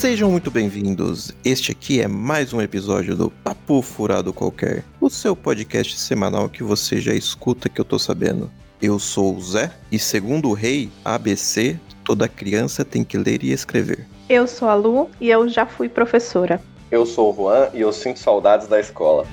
Sejam muito bem-vindos. Este aqui é mais um episódio do Papo Furado Qualquer, o seu podcast semanal que você já escuta, que eu tô sabendo. Eu sou o Zé e, segundo o rei ABC, toda criança tem que ler e escrever. Eu sou a Lu e eu já fui professora. Eu sou o Juan e eu sinto saudades da escola.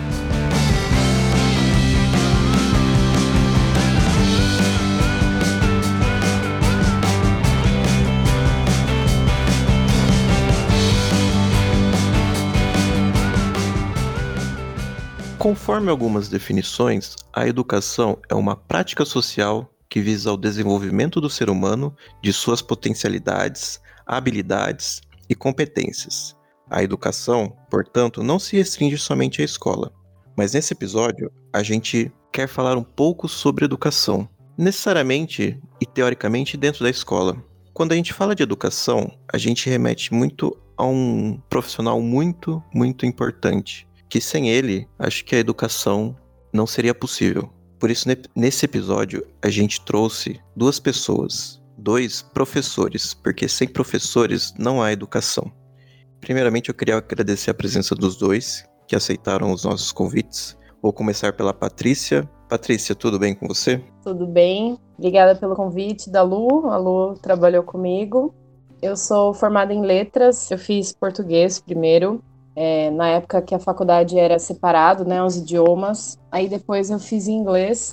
Conforme algumas definições, a educação é uma prática social que visa o desenvolvimento do ser humano, de suas potencialidades, habilidades e competências. A educação, portanto, não se restringe somente à escola. Mas nesse episódio, a gente quer falar um pouco sobre educação, necessariamente e teoricamente dentro da escola. Quando a gente fala de educação, a gente remete muito a um profissional muito importante, que sem ele, acho que a educação não seria possível. Por isso, nesse episódio, a gente trouxe duas pessoas, dois professores, porque sem professores não há educação. Primeiramente, eu queria agradecer a presença dos dois, que aceitaram os nossos convites. Vou começar pela Patrícia. Patrícia, tudo bem com você? Tudo bem, obrigada pelo convite da Lu. A Lu trabalhou comigo. Eu sou formada em letras, eu fiz português primeiro. Na época que a faculdade era separado, né, os idiomas. Aí depois eu fiz inglês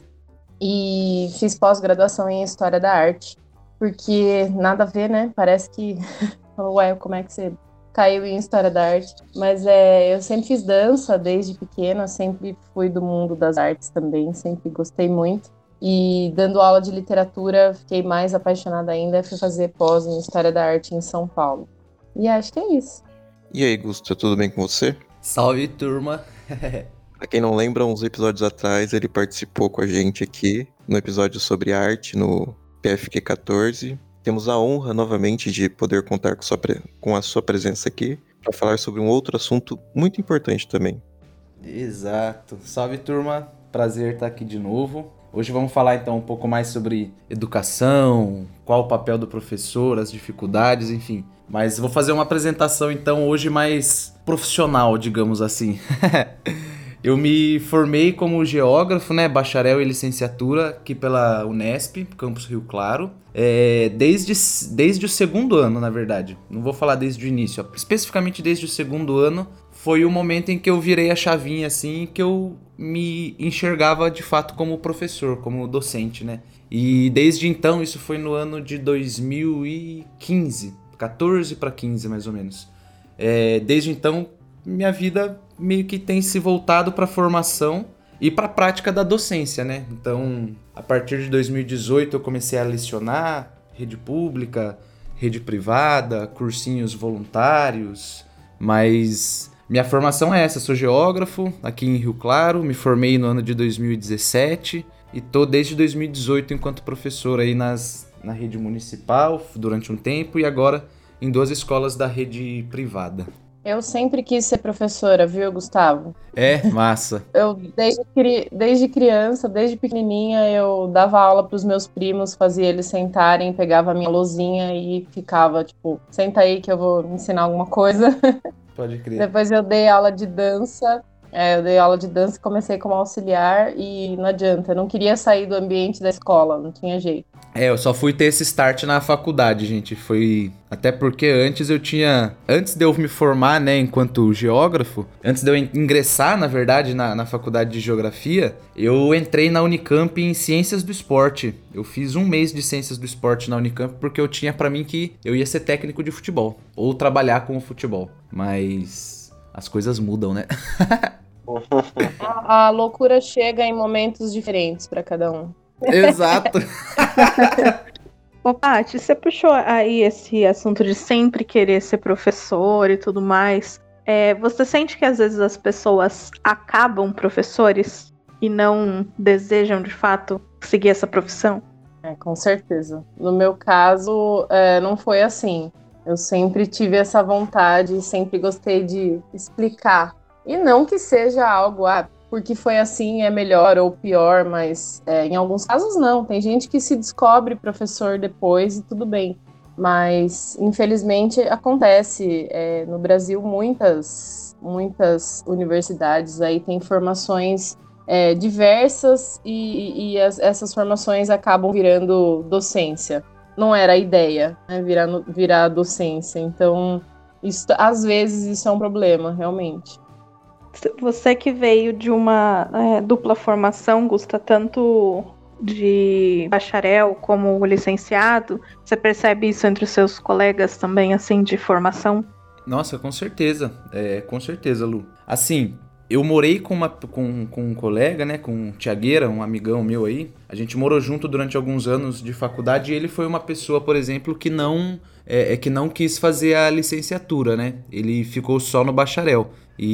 e fiz pós-graduação em História da Arte. Porque nada a ver, né? Parece que... Ué, como é que você caiu em História da Arte? Mas eu sempre fiz dança desde pequena, sempre fui do mundo das artes também, sempre gostei muito. E dando aula de literatura, fiquei mais apaixonada ainda, fui fazer pós em História da Arte em São Paulo. E acho que é isso. E aí, Gusto, tudo bem com você? Salve, turma! Pra quem não lembra, uns episódios atrás, ele participou com a gente aqui no episódio sobre arte, no PFQ 14. Temos a honra, novamente, de poder contar com a sua presença aqui para falar sobre um outro assunto muito importante também. Exato. Salve, turma! Prazer estar aqui de novo. Hoje vamos falar, então, um pouco mais sobre educação, qual o papel do professor, as dificuldades, enfim. Mas vou fazer uma apresentação, então, hoje mais profissional, digamos assim. Eu me formei como geógrafo, né, bacharel e licenciatura aqui pela Unesp, campus Rio Claro, desde o segundo ano, na verdade. Não vou falar desde o início, especificamente desde o segundo ano. Foi o momento em que eu virei a chavinha, assim, que eu me enxergava de fato como professor, como docente, né? E desde então, isso foi no ano de 2015, 14 para 15 mais ou menos. Desde então, minha vida meio que tem se voltado para a formação e para a prática da docência, né? Então, a partir de 2018 eu comecei a lecionar, rede pública, rede privada, cursinhos voluntários, mas minha formação é essa, sou geógrafo aqui em Rio Claro, me formei no ano de 2017 e tô desde 2018 enquanto professor aí na rede municipal durante um tempo e agora em 2 escolas da rede privada. Eu sempre quis ser professora, viu, Gustavo? Massa. Eu, desde criança, desde pequenininha, eu dava aula para os meus primos, fazia eles sentarem, pegava a minha lousinha e ficava, tipo, senta aí que eu vou ensinar alguma coisa. Pode crer. Depois eu dei aula de dança. E comecei como auxiliar e não adianta, eu não queria sair do ambiente da escola, não tinha jeito. Eu só fui ter esse start na faculdade, gente, foi... Até porque antes de eu me formar, né, enquanto geógrafo, antes de eu ingressar, na verdade, na faculdade de geografia, eu entrei na Unicamp em Ciências do Esporte. Eu fiz 1 mês de Ciências do Esporte na Unicamp porque eu tinha pra mim que eu ia ser técnico de futebol, ou trabalhar com o futebol, mas as coisas mudam, né? A loucura chega em momentos diferentes para cada um. Exato. Ô, Paty, você puxou aí esse assunto de sempre querer ser professor e tudo mais. Você sente que às vezes as pessoas acabam professores e não desejam de fato seguir essa profissão? Com certeza. No meu caso, não foi assim. Eu sempre tive essa vontade, sempre gostei de explicar. E não que seja algo, porque foi assim é melhor ou pior, mas em alguns casos não. Tem gente que se descobre professor depois e tudo bem. Mas, infelizmente, acontece. No Brasil, muitas universidades aí têm formações diversas e essas formações acabam virando docência. Não era a ideia, né, virar docência. Então, às vezes, isso é um problema, realmente. Você que veio de uma dupla formação, Gusta, tanto de bacharel como licenciado, você percebe isso entre os seus colegas também, assim, de formação? Nossa, com certeza, Lu. Assim, eu morei com um colega, né, com o Tiagueira, um amigão meu aí. A gente morou junto durante alguns anos de faculdade e ele foi uma pessoa, por exemplo, que não quis fazer a licenciatura, né? Ele ficou só no bacharel.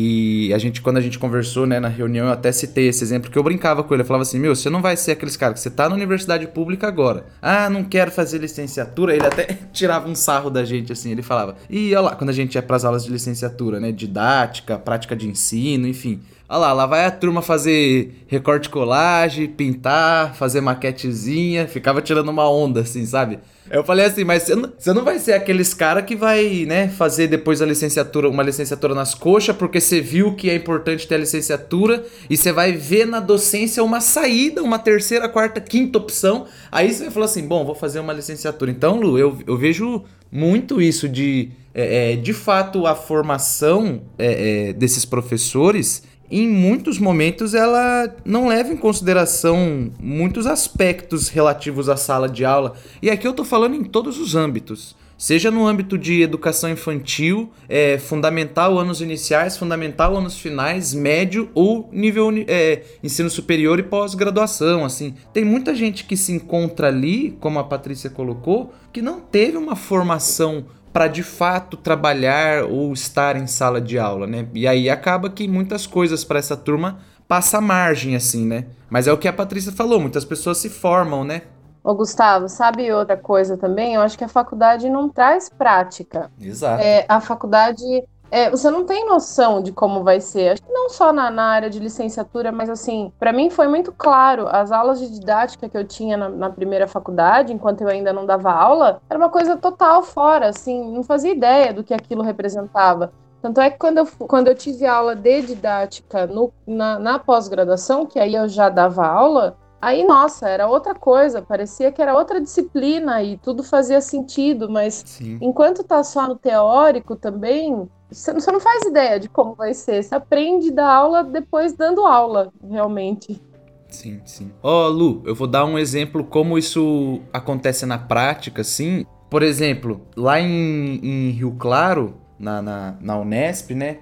E quando a gente conversou, né, na reunião, eu até citei esse exemplo que eu brincava com ele. Eu falava assim, você não vai ser aqueles caras que você tá na universidade pública agora. Ah, não quero fazer licenciatura. Ele até tirava um sarro da gente, assim. Ele falava, olha lá, quando a gente ia pras aulas de licenciatura, né, didática, prática de ensino, enfim. Olha lá vai a turma fazer recorte colagem, pintar, fazer maquetezinha. Ficava tirando uma onda, assim, sabe? Eu falei assim, mas você não vai ser aqueles cara que vai, né, fazer depois uma licenciatura nas coxas, porque você viu que é importante ter a licenciatura e você vai ver na docência uma saída, uma terceira, quarta, quinta opção. Aí você vai falar assim, bom, vou fazer uma licenciatura. Então, Lu, eu vejo muito isso de fato, a formação desses professores, em muitos momentos, ela não leva em consideração muitos aspectos relativos à sala de aula. E aqui eu tô falando em todos os âmbitos. Seja no âmbito de educação infantil, fundamental, anos iniciais, fundamental, anos finais, médio ou nível ensino superior e pós-graduação, assim. Tem muita gente que se encontra ali, como a Patrícia colocou, que não teve uma formação para de fato trabalhar ou estar em sala de aula, né? E aí acaba que muitas coisas para essa turma passa a margem, assim, né? Mas é o que a Patrícia falou, muitas pessoas se formam, né? Ô, Gustavo, sabe outra coisa também? Eu acho que a faculdade não traz prática. Exato. A faculdade... você não tem noção de como vai ser. Acho que não só na área de licenciatura, mas assim, para mim foi muito claro. As aulas de didática que eu tinha na primeira faculdade, enquanto eu ainda não dava aula, era uma coisa total fora, assim, não fazia ideia do que aquilo representava. Tanto é que quando eu tive aula de didática na pós-graduação, que aí eu já dava aula, aí, nossa, era outra coisa, parecia que era outra disciplina e tudo fazia sentido, mas Sim. Enquanto tá só no teórico também, você não faz ideia de como vai ser, você aprende da aula depois dando aula, realmente. Sim, sim. Lu, eu vou dar um exemplo como isso acontece na prática, assim. Por exemplo, lá em Rio Claro, na Unesp, né?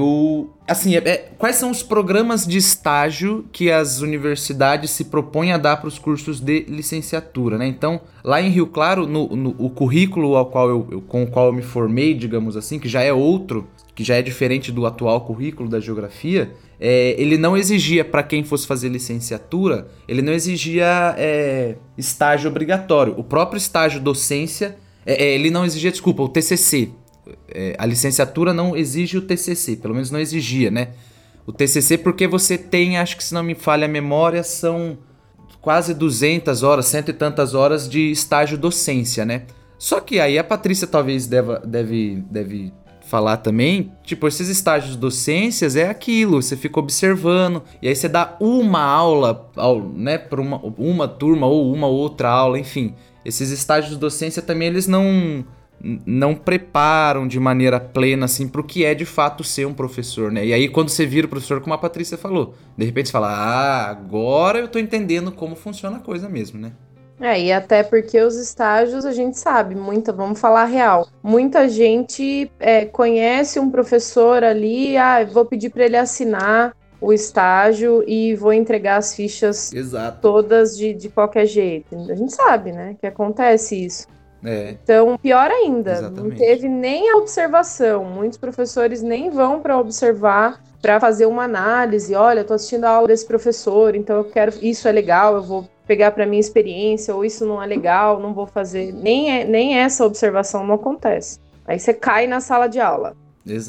Quais são os programas de estágio que as universidades se propõem a dar para os cursos de licenciatura, né? Então, lá em Rio Claro, o currículo com o qual eu me formei, digamos assim, que já é outro, que já é diferente do atual currículo da geografia, ele não exigia, para quem fosse fazer licenciatura, ele não exigia estágio obrigatório. O próprio estágio docência, ele não exigia, o TCC. A licenciatura não exige o TCC, pelo menos não exigia, né? O TCC porque você tem, acho que se não me falha a memória, são quase 200 horas, cento e tantas horas de estágio docência, né? Só que aí a Patrícia talvez deve falar também, esses estágios docências é aquilo, você fica observando, e aí você dá uma aula, né, para uma turma ou uma outra aula, enfim. Esses estágios de docência também eles não preparam de maneira plena, assim, pro que é de fato ser um professor, né? E aí, quando você vira o professor, como a Patrícia falou, de repente você fala, agora eu tô entendendo como funciona a coisa mesmo, né? E até porque os estágios, a gente sabe, vamos falar real, muita gente conhece um professor ali, vou pedir para ele assinar o estágio e vou entregar as fichas Exato. Todas de qualquer jeito. A gente sabe, né, que acontece isso. Então, pior ainda, Exatamente. Não teve nem a observação. Muitos professores nem vão para observar, para fazer uma análise. Olha, eu estou assistindo a aula desse professor, então eu quero, isso é legal, eu vou pegar para minha experiência, ou isso não é legal, não vou fazer. Nem essa observação não acontece. Aí você cai na sala de aula. Exato.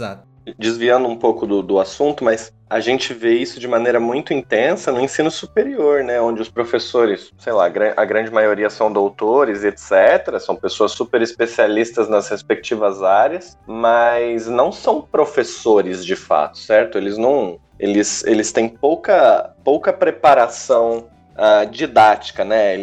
desviando um pouco do assunto, mas a gente vê isso de maneira muito intensa no ensino superior, né? Onde os professores, sei lá, a grande maioria são doutores, etc. São pessoas super especialistas nas respectivas áreas, mas não são professores de fato, certo? Eles têm pouca preparação didática, né?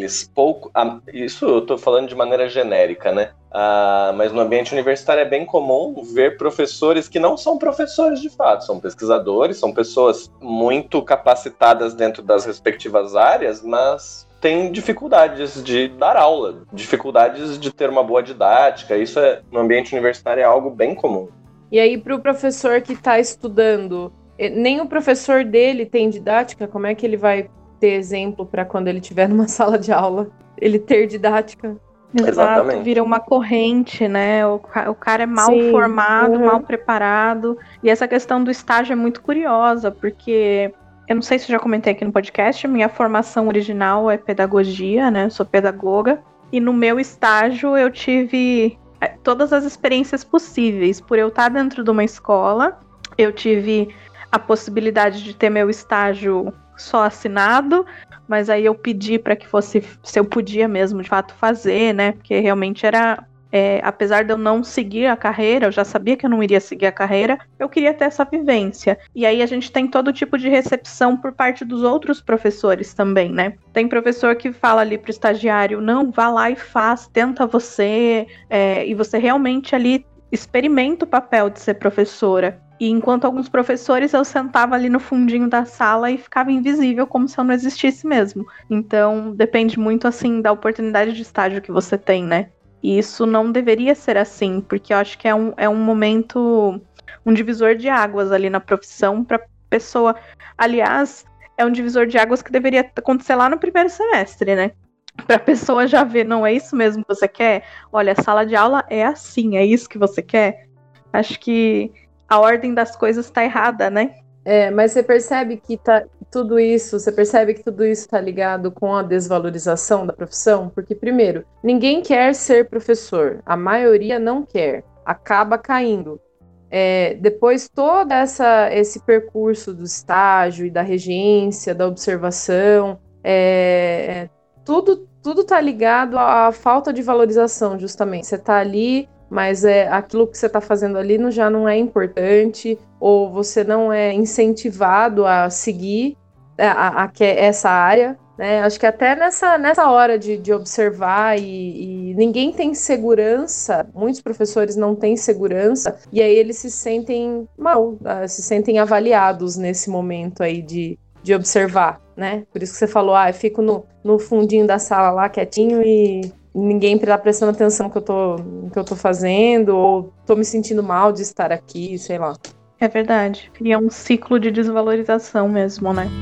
Isso eu estou falando de maneira genérica, né? Mas no ambiente universitário é bem comum ver professores que não são professores de fato, são pesquisadores, são pessoas muito capacitadas dentro das respectivas áreas, mas têm dificuldades de dar aula, dificuldades de ter uma boa didática. Isso no ambiente universitário é algo bem comum. E aí, para o professor que está estudando, nem o professor dele tem didática, como é que ele vai ter exemplo para quando ele estiver numa sala de aula, ele ter didática? Exato, Exatamente. Vira uma corrente, né? O cara é mal Sim, formado, mal preparado. E essa questão do estágio é muito curiosa, porque eu não sei se eu já comentei aqui no podcast, minha formação original é pedagogia, né? Eu sou pedagoga. E no meu estágio eu tive todas as experiências possíveis. Por eu estar dentro de uma escola, eu tive a possibilidade de ter meu estágio só assinado, mas aí eu pedi para que fosse, se eu podia mesmo de fato fazer, né? Porque realmente era, apesar de eu não seguir a carreira, eu já sabia que eu não iria seguir a carreira, eu queria ter essa vivência. E aí a gente tem todo tipo de recepção por parte dos outros professores também, né? Tem professor que fala ali pro estagiário, não, vá lá e faz, tenta você, e você realmente ali experimenta o papel de ser professora. E enquanto alguns professores, eu sentava ali no fundinho da sala e ficava invisível, como se eu não existisse mesmo. Então, depende muito, assim, da oportunidade de estágio que você tem, né? E isso não deveria ser assim, porque eu acho que é um momento, um divisor de águas ali na profissão para pessoa. Aliás, é um divisor de águas que deveria acontecer lá no primeiro semestre, né? Para a pessoa já ver, não é isso mesmo que você quer? Olha, a sala de aula é assim, é isso que você quer? Acho que a ordem das coisas está errada, né? Mas você percebe que tudo isso está ligado com a desvalorização da profissão? Porque, primeiro, ninguém quer ser professor, a maioria não quer, acaba caindo. Depois, todo esse percurso do estágio e da regência, da observação, tudo está ligado à falta de valorização, justamente. Você está ali, mas aquilo que você está fazendo ali já não é importante, ou você não é incentivado a seguir essa área, né? Acho que até nessa hora de observar e ninguém tem segurança, muitos professores não têm segurança, e aí eles se sentem mal, se sentem avaliados nesse momento aí de observar, né? Por isso que você falou, eu fico no fundinho da sala lá, quietinho, e ninguém tá prestando atenção no que eu tô fazendo, ou tô me sentindo mal de estar aqui, sei lá. É verdade. Cria um ciclo de desvalorização mesmo, né?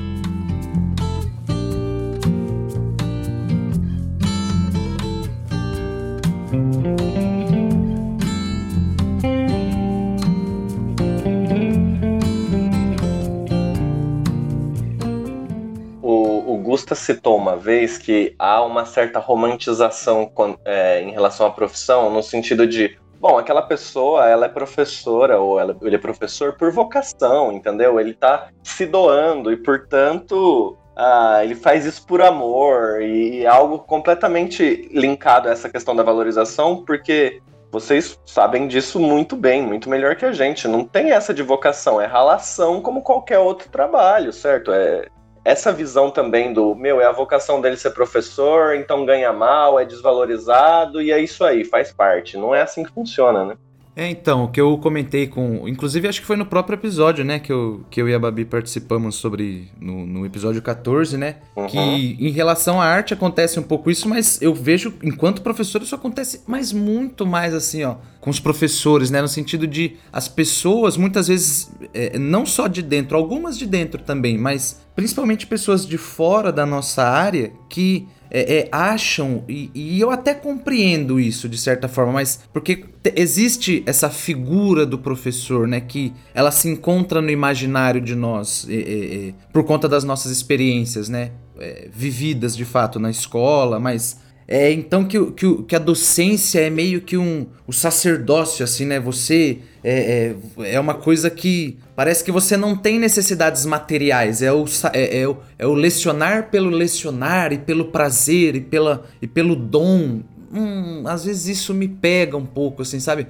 O Gusta citou uma vez que há uma certa romantização em relação à profissão, no sentido de, bom, aquela pessoa, ela é professora, ou ele é professor por vocação, entendeu? Ele tá se doando e, portanto, ele faz isso por amor, e é algo completamente linkado a essa questão da valorização, porque vocês sabem disso muito bem, muito melhor que a gente. Não tem essa de vocação, é ralação como qualquer outro trabalho, certo? Essa visão também é a vocação dele ser professor, então ganha mal, é desvalorizado, e é isso aí, faz parte. Não é assim que funciona, né? Então, o que eu comentei inclusive, acho que foi no próprio episódio, né, que eu e a Babi participamos sobre, no episódio 14, né, que em relação à arte acontece um pouco isso, mas eu vejo, enquanto professor, isso acontece muito mais assim, ó, com os professores, né, no sentido de as pessoas, muitas vezes, não só de dentro, algumas de dentro também, mas principalmente pessoas de fora da nossa área que acham, e eu até compreendo isso de certa forma, mas porque existe essa figura do professor, né, que ela se encontra no imaginário de nós por conta das nossas experiências, né, vividas de fato na escola, mas Então que a docência é meio que o sacerdócio, assim, né? Você é uma coisa que parece que você não tem necessidades materiais. É o lecionar pelo lecionar e pelo prazer e pelo dom. Às vezes isso me pega um pouco, assim, sabe?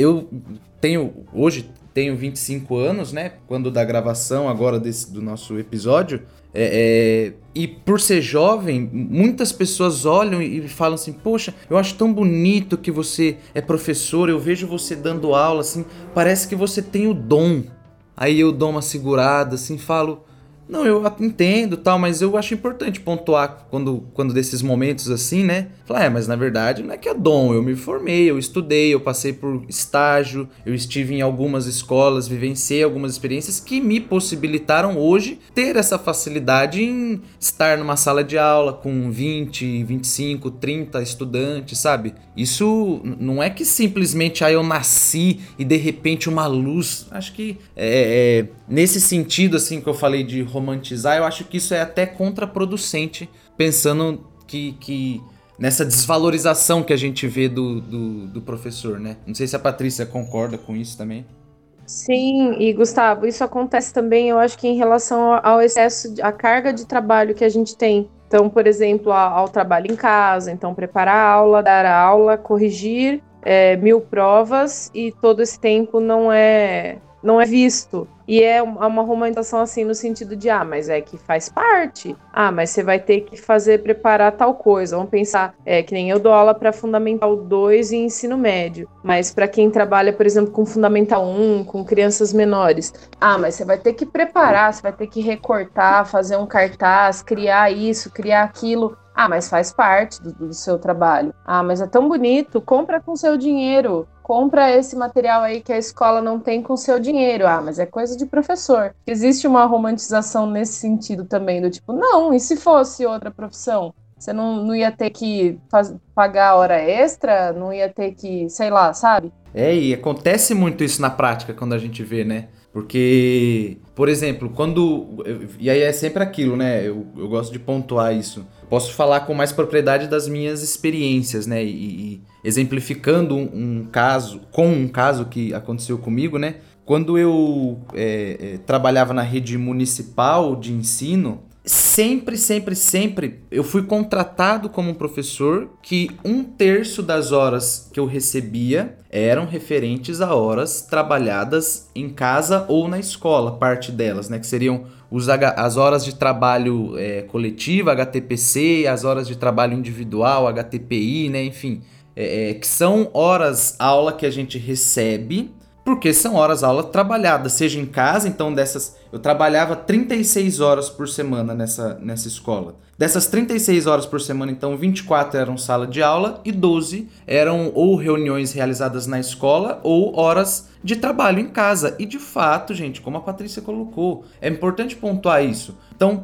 Hoje tenho 25 anos, né? Quando da gravação agora do nosso episódio. E por ser jovem, muitas pessoas olham e falam assim: poxa, eu acho tão bonito que você é professor, eu vejo você dando aula, assim, parece que você tem o dom. Aí eu dou uma segurada, assim, falo: não, eu entendo, tal, mas eu acho importante pontuar quando desses momentos assim, né? Falar, mas na verdade não é que é dom, eu me formei, eu estudei, eu passei por estágio, eu estive em algumas escolas, vivenciei algumas experiências que me possibilitaram hoje ter essa facilidade em estar numa sala de aula com 20, 25, 30 estudantes, sabe? Isso não é que simplesmente eu nasci e de repente uma luz. Acho que nesse sentido, assim, que eu falei de romantizar, eu acho que isso é até contraproducente, pensando que nessa desvalorização que a gente vê do professor, né? Não sei se a Patrícia concorda com isso também. Sim, e Gustavo, isso acontece também, eu acho que em relação ao excesso, à carga de trabalho que a gente tem. Então, por exemplo, ao trabalho em casa, então preparar a aula, dar a aula, corrigir 1000 provas e todo esse tempo não é visto. E é uma romantização assim no sentido de, mas é que faz parte. Mas você vai ter que preparar tal coisa. Vamos pensar, que nem eu dou aula para Fundamental 2 e ensino médio. Mas para quem trabalha, por exemplo, com Fundamental 1, com crianças menores. Mas você vai ter que preparar, você vai ter que recortar, fazer um cartaz, criar isso, criar aquilo. Mas faz parte do seu trabalho. Mas é tão bonito, compra com seu dinheiro. Compra esse material aí que a escola não tem com seu dinheiro. Mas é coisa de professor. Existe uma romantização nesse sentido também, do tipo, não, e se fosse outra profissão? Você não ia ter que pagar hora extra? Não ia ter que, sei lá, sabe? E acontece muito isso na prática quando a gente vê, né? Porque, por exemplo, e aí é sempre aquilo, né? Eu gosto de pontuar isso. Posso falar com mais propriedade das minhas experiências, né? E exemplificando um caso que aconteceu comigo, né? Quando eu trabalhava na rede municipal de ensino, sempre eu fui contratado como um professor que 1/3 das horas que eu recebia eram referentes a horas trabalhadas em casa ou na escola, parte delas, né, que seriam as horas de trabalho coletivo, HTPC, as horas de trabalho individual, HTPI, né, enfim, que são horas aula que a gente recebe, porque são horas aula trabalhadas, seja em casa, então eu trabalhava 36 horas por semana nessa escola. Dessas 36 horas por semana, então 24 eram sala de aula e 12 eram ou reuniões realizadas na escola ou horas de trabalho em casa. E de fato, gente, como a Patrícia colocou, é importante pontuar isso. Então,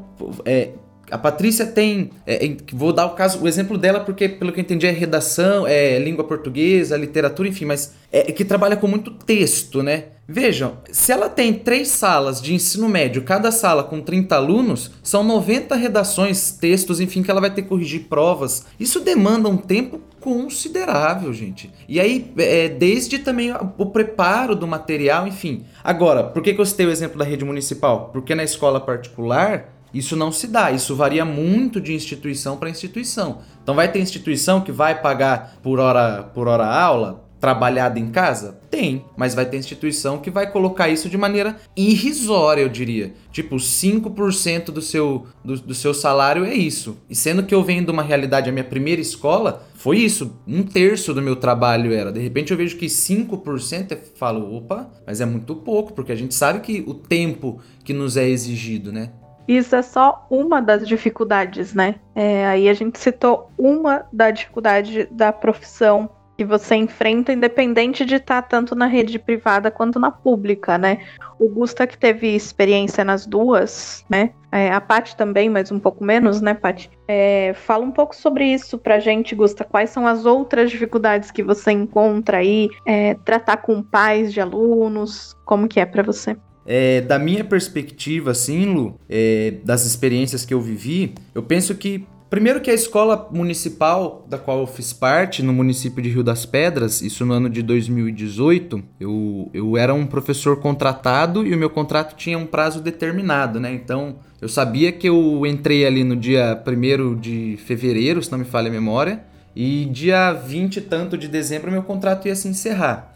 a Patrícia tem, vou dar o exemplo dela porque, pelo que eu entendi, é redação, língua portuguesa, literatura, enfim, mas que trabalha com muito texto, né? Vejam, se ela tem 3 salas de ensino médio, cada sala com 30 alunos, são 90 redações, textos, enfim, que ela vai ter que corrigir provas. Isso demanda um tempo considerável, gente. E aí, desde também o preparo do material, enfim. Agora, por que eu citei o exemplo da rede municipal? Porque na escola particular isso não se dá, isso varia muito de instituição para instituição. Então vai ter instituição que vai pagar por hora aula, trabalhada em casa? Tem, mas vai ter instituição que vai colocar isso de maneira irrisória, eu diria. Tipo, 5% do seu salário é isso. E sendo que eu venho de uma realidade, a minha primeira escola foi isso, 1/3 do meu trabalho era. De repente eu vejo que 5% eu falo, opa, mas é muito pouco, porque a gente sabe que o tempo que nos é exigido, né? Isso é só uma das dificuldades, né? Aí a gente citou uma da dificuldade da profissão que você enfrenta, independente de estar tanto na rede privada quanto na pública, né? O Gusta, que teve experiência nas duas, né? A Paty também, mas um pouco menos, né, Paty? Fala um pouco sobre isso pra gente, Gusta. Quais são as outras dificuldades que você encontra aí? Tratar com pais de alunos, como que é pra você? Da minha perspectiva, assim, Lu, das experiências que eu vivi, eu penso que Primeiro que a escola municipal da qual eu fiz parte, no município de Rio das Pedras, isso no ano de 2018, eu era um professor contratado e o meu contrato tinha um prazo determinado, né? Então, eu sabia que eu entrei ali no dia 1º de fevereiro, se não me falha a memória, e dia 20 e tanto de dezembro meu contrato ia se encerrar.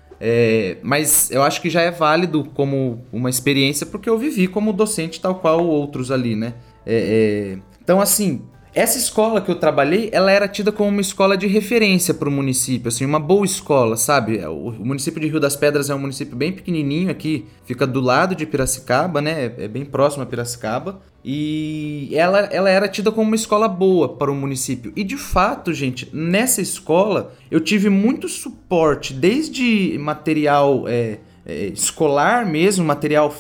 Mas eu acho que já é válido como uma experiência porque eu vivi como docente tal qual outros ali, né? Então, assim, essa escola que eu trabalhei, ela era tida como uma escola de referência para o município, assim, uma boa escola, sabe? O município de Rio das Pedras é um município bem pequenininho aqui, fica do lado de Piracicaba, né? É bem próximo a Piracicaba. E ela era tida como uma escola boa para o município. E de fato, gente, nessa escola eu tive muito suporte, desde material escolar mesmo, material...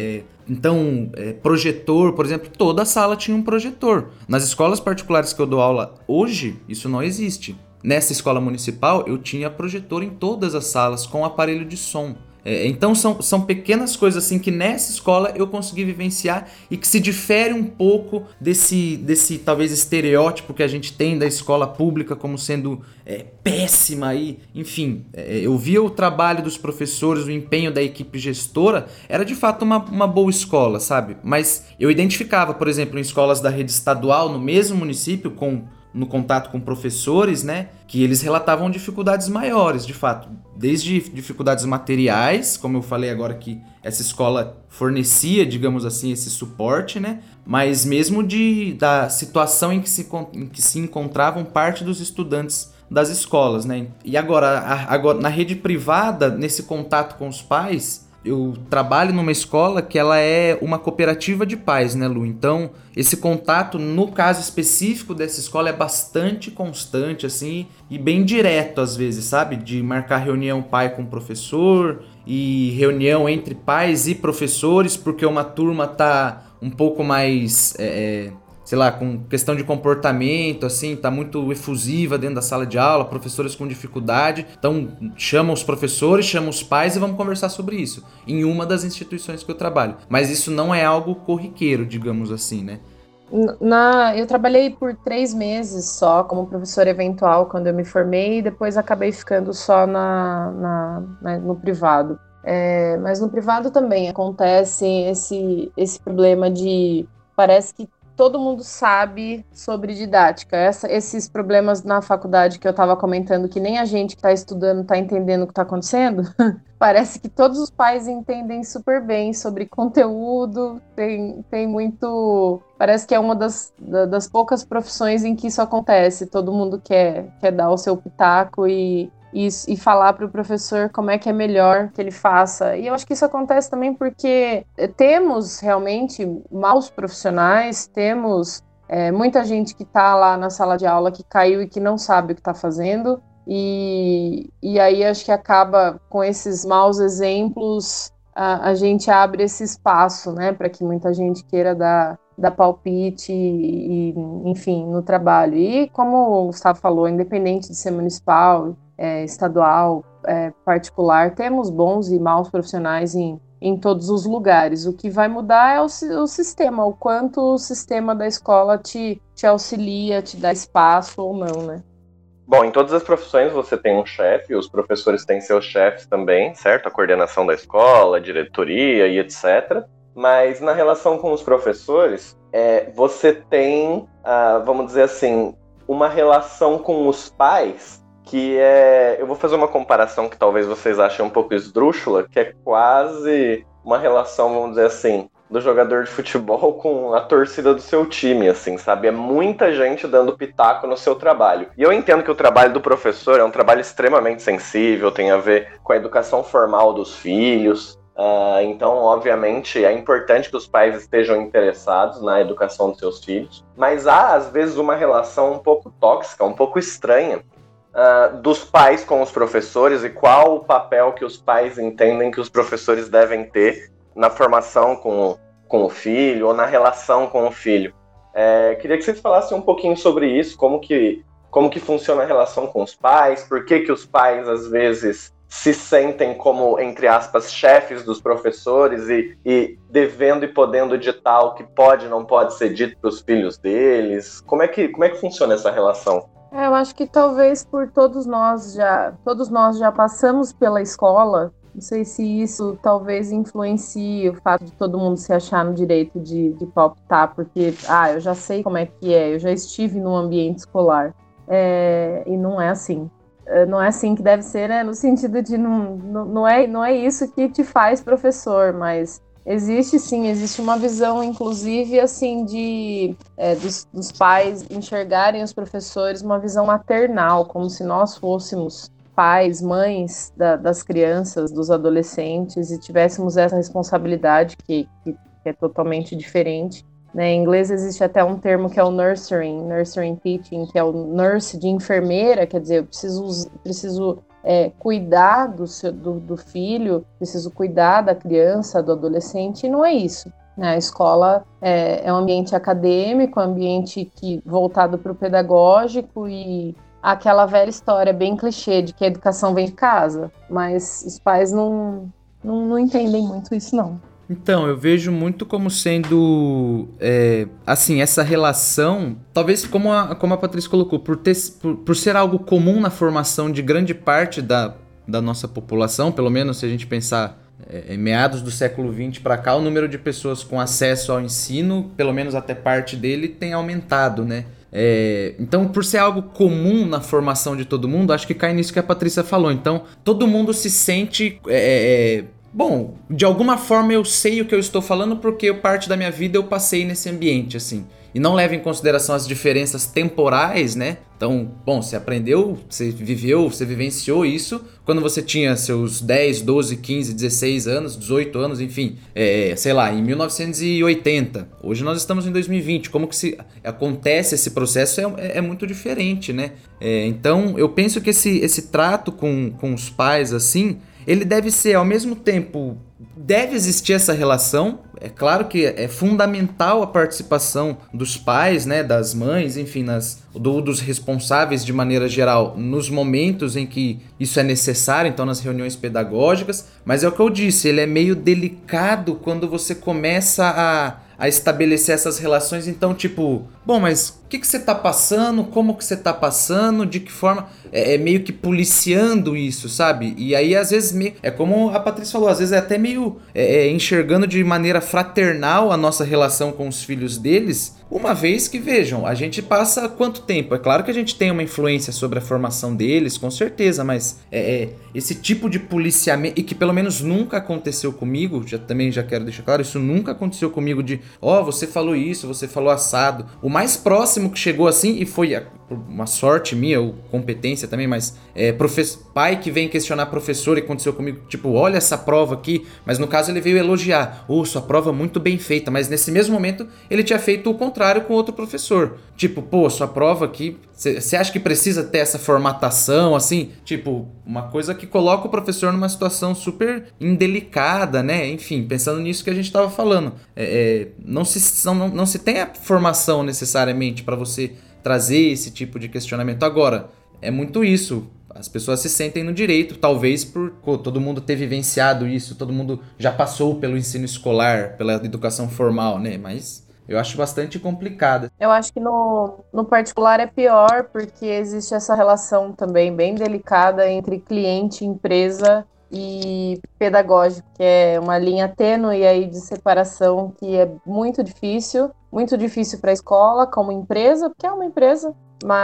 Então, projetor, por exemplo, toda a sala tinha um projetor. Nas escolas particulares que eu dou aula hoje, isso não existe. Nessa escola municipal, eu tinha projetor em todas as salas com aparelho de som. Então são pequenas coisas assim que nessa escola eu consegui vivenciar e que se difere um pouco desse talvez estereótipo que a gente tem da escola pública como sendo péssima. Enfim, eu via o trabalho dos professores, o empenho da equipe gestora, era de fato uma boa escola, sabe? Mas eu identificava, por exemplo, em escolas da rede estadual no mesmo município, no contato com professores, né, que eles relatavam dificuldades maiores, de fato, desde dificuldades materiais, como eu falei agora que essa escola fornecia, digamos assim, esse suporte, né, mas mesmo da situação em que se encontravam parte dos estudantes das escolas, né. E agora na rede privada, nesse contato com os pais, eu trabalho numa escola que ela é uma cooperativa de pais, né, Lu? Então, esse contato, no caso específico dessa escola, é bastante constante, assim, e bem direto, às vezes, sabe? De marcar reunião pai com professor e reunião entre pais e professores, porque uma turma tá um pouco mais... sei lá, com questão de comportamento, assim, tá muito efusiva dentro da sala de aula, professores com dificuldade, então chama os professores, chama os pais e vamos conversar sobre isso, em uma das instituições que eu trabalho. Mas isso não é algo corriqueiro, digamos assim, né? Eu trabalhei por 3 meses só como professora eventual quando eu me formei e depois acabei ficando só no privado. Mas no privado também acontece esse problema de... Parece que todo mundo sabe sobre didática. Esses problemas na faculdade que eu estava comentando, que nem a gente que está estudando está entendendo o que está acontecendo, parece que todos os pais entendem super bem sobre conteúdo, tem muito... Parece que é uma das poucas profissões em que isso acontece. Todo mundo quer dar o seu pitaco e falar para o professor como é que é melhor que ele faça. E eu acho que isso acontece também porque temos realmente maus profissionais, temos muita gente que está lá na sala de aula que caiu e que não sabe o que está fazendo. E aí acho que acaba com esses maus exemplos, a gente abre esse espaço, né, para que muita gente queira dar palpite e, enfim, no trabalho. E como o Gustavo falou, independente de ser municipal, estadual, particular, temos bons e maus profissionais em todos os lugares. O que vai mudar é o sistema, o quanto o sistema da escola te auxilia, te dá espaço ou não, né? Bom, em todas as profissões você tem um chefe, os professores têm seus chefes também, certo? A coordenação da escola, a diretoria e etc. Mas na relação com os professores, você tem, vamos dizer assim, uma relação com os pais que eu vou fazer uma comparação que talvez vocês achem um pouco esdrúxula, que é quase uma relação, vamos dizer assim, do jogador de futebol com a torcida do seu time, assim, sabe? É muita gente dando pitaco no seu trabalho. E eu entendo que o trabalho do professor é um trabalho extremamente sensível, tem a ver com a educação formal dos filhos. Então, obviamente, é importante que os pais estejam interessados na educação dos seus filhos. Mas há, às vezes, uma relação um pouco tóxica, um pouco estranha, dos pais com os professores e qual o papel que os pais entendem que os professores devem ter na formação com o filho ou na relação com o filho. Queria que vocês falassem um pouquinho sobre isso, como que funciona a relação com os pais, por que os pais às vezes se sentem como, entre aspas, chefes dos professores e devendo e podendo ditar o que pode e não pode ser dito para os filhos deles? Como é que funciona essa relação? Eu acho que talvez por todos nós já passamos pela escola. Não sei se isso talvez influencie o fato de todo mundo se achar no direito de palpitar, porque eu já sei como é que é, eu já estive num ambiente escolar. E não é assim. Não é assim que deve ser, né? No sentido de não é isso que te faz professor, mas existe uma visão, inclusive, assim, dos pais enxergarem os professores uma visão maternal, como se nós fôssemos pais, mães das crianças, dos adolescentes, e tivéssemos essa responsabilidade que é totalmente diferente. Né? Em inglês existe até um termo que é o nurturing teaching, que é o nurse de enfermeira, quer dizer, eu preciso cuidar do filho, preciso cuidar da criança, do adolescente, e não é isso. Né? A escola é um ambiente acadêmico, um ambiente voltado para o pedagógico e aquela velha história bem clichê de que a educação vem de casa, mas os pais não entendem muito isso, não. Então, eu vejo muito como sendo, assim, essa relação, talvez como a Patrícia colocou, por ser algo comum na formação de grande parte da nossa população, pelo menos se a gente pensar em meados do século XX para cá, o número de pessoas com acesso ao ensino, pelo menos até parte dele, tem aumentado, né? Então, por ser algo comum na formação de todo mundo, acho que cai nisso que a Patrícia falou. Então, todo mundo se sente... Bom, de alguma forma eu sei o que eu estou falando porque parte da minha vida eu passei nesse ambiente, assim. E não leva em consideração as diferenças temporais, né? Então, bom, você aprendeu, você viveu, você vivenciou isso quando você tinha seus 10, 12, 15, 16 anos, 18 anos, enfim, sei lá, em 1980. Hoje nós estamos em 2020. Como que acontece esse processo é muito diferente, né? Então, eu penso que esse trato com os pais, assim, ele deve ser, ao mesmo tempo, deve existir essa relação. É claro que é fundamental a participação dos pais, né, das mães, enfim, dos responsáveis de maneira geral, nos momentos em que isso é necessário, então nas reuniões pedagógicas, mas é o que eu disse, ele é meio delicado quando você começa a estabelecer essas relações, então tipo, bom, mas o que você tá passando, como que você tá passando, de que forma, meio que policiando isso, sabe? E aí às vezes, é como a Patrícia falou, às vezes é até meio enxergando de maneira fraternal a nossa relação com os filhos deles, uma vez que, vejam, a gente passa quanto tempo? É claro que a gente tem uma influência sobre a formação deles, com certeza, mas esse tipo de policiamento, e que pelo menos nunca aconteceu comigo, também já quero deixar claro, isso nunca aconteceu comigo de, você falou isso, você falou assado. O mais próximo que chegou assim, e foi uma sorte minha, ou competência também, mas pai que vem questionar professor, e aconteceu comigo, tipo, olha essa prova aqui, mas no caso ele veio elogiar, sua prova muito bem feita, mas nesse mesmo momento ele tinha feito o contrário com outro professor, tipo, sua prova aqui, você acha que precisa ter essa formatação, assim, tipo, uma coisa que coloca o professor numa situação super indelicada, né, enfim, pensando nisso que a gente estava falando, não se tem a formação necessariamente para você trazer esse tipo de questionamento. Agora, é muito isso. As pessoas se sentem no direito, talvez por todo mundo ter vivenciado isso, todo mundo já passou pelo ensino escolar, pela educação formal, né? Mas eu acho bastante complicado. Eu acho que no particular é pior, porque existe essa relação também bem delicada entre cliente, empresa e pedagógico, que é uma linha tênue aí de separação que é muito difícil para a escola como empresa, porque é uma empresa,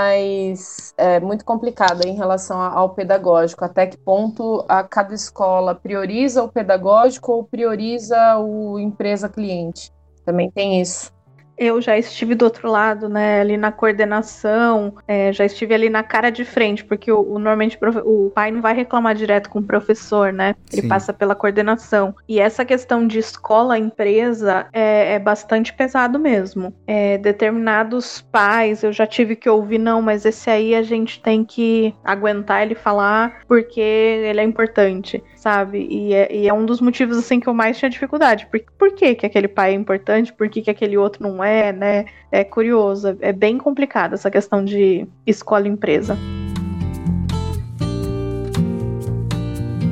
mas é muito complicada em relação ao pedagógico, até que ponto cada escola prioriza o pedagógico ou prioriza o empresa-cliente. Também tem isso. Eu já estive do outro lado, né, ali na coordenação, já estive ali na cara de frente, porque normalmente o pai não vai reclamar direto com o professor, né? Ele Sim. passa pela coordenação. E essa questão de escola-empresa é bastante pesado mesmo. Determinados pais, eu já tive que ouvir, não, mas esse aí a gente tem que aguentar ele falar, porque ele é importante, sabe? E é um dos motivos, assim, que eu mais tinha dificuldade. Por que aquele pai é importante? Por que aquele outro não é, né? É curioso, é bem complicado essa questão de escola-empresa.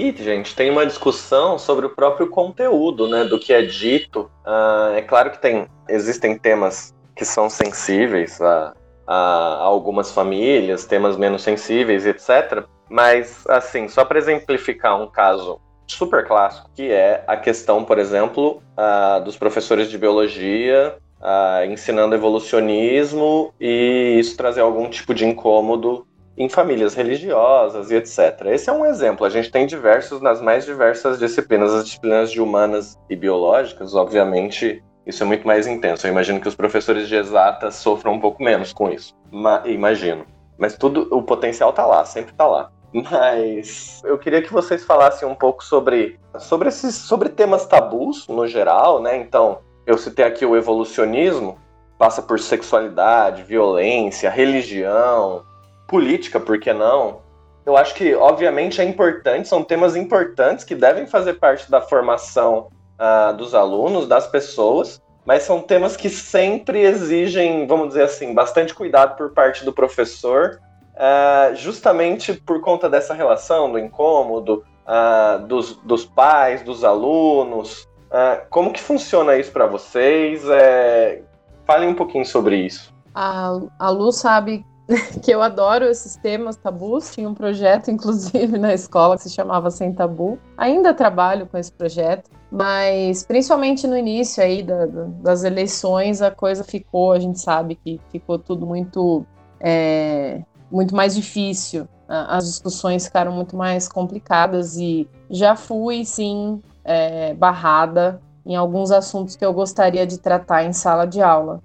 aí, gente, tem uma discussão sobre o próprio conteúdo, né, do que é dito. É claro que existem temas que são sensíveis a algumas famílias, temas menos sensíveis, etc. Mas, assim, só para exemplificar um caso super clássico, que é a questão, por exemplo, dos professores de biologia ensinando evolucionismo e isso trazer algum tipo de incômodo em famílias religiosas e etc. Esse é um exemplo. A gente tem nas mais diversas disciplinas. As disciplinas de humanas e biológicas, obviamente, isso é muito mais intenso. Eu imagino que os professores de exatas sofram um pouco menos com isso. Imagino. Mas o potencial tá lá, sempre tá lá. Mas eu queria que vocês falassem um pouco sobre temas tabus, no geral, né? Então, eu citei aqui o evolucionismo, passa por sexualidade, violência, religião, política, por que não? Eu acho que, obviamente, é importante, são temas importantes que devem fazer parte da formação dos alunos, das pessoas, mas são temas que sempre exigem, vamos dizer assim, bastante cuidado por parte do professor, justamente por conta dessa relação, do incômodo, dos pais, dos alunos. Como que funciona isso para vocês? Falem um pouquinho sobre isso. A Lu sabe que eu adoro esses temas tabus. Tinha um projeto, inclusive, na escola que se chamava Sem Tabu. Ainda trabalho com esse projeto, mas principalmente no início aí das eleições a coisa a gente sabe que ficou tudo muito mais difícil. As discussões ficaram muito mais complicadas e já fui, sim, barrada em alguns assuntos que eu gostaria de tratar em sala de aula.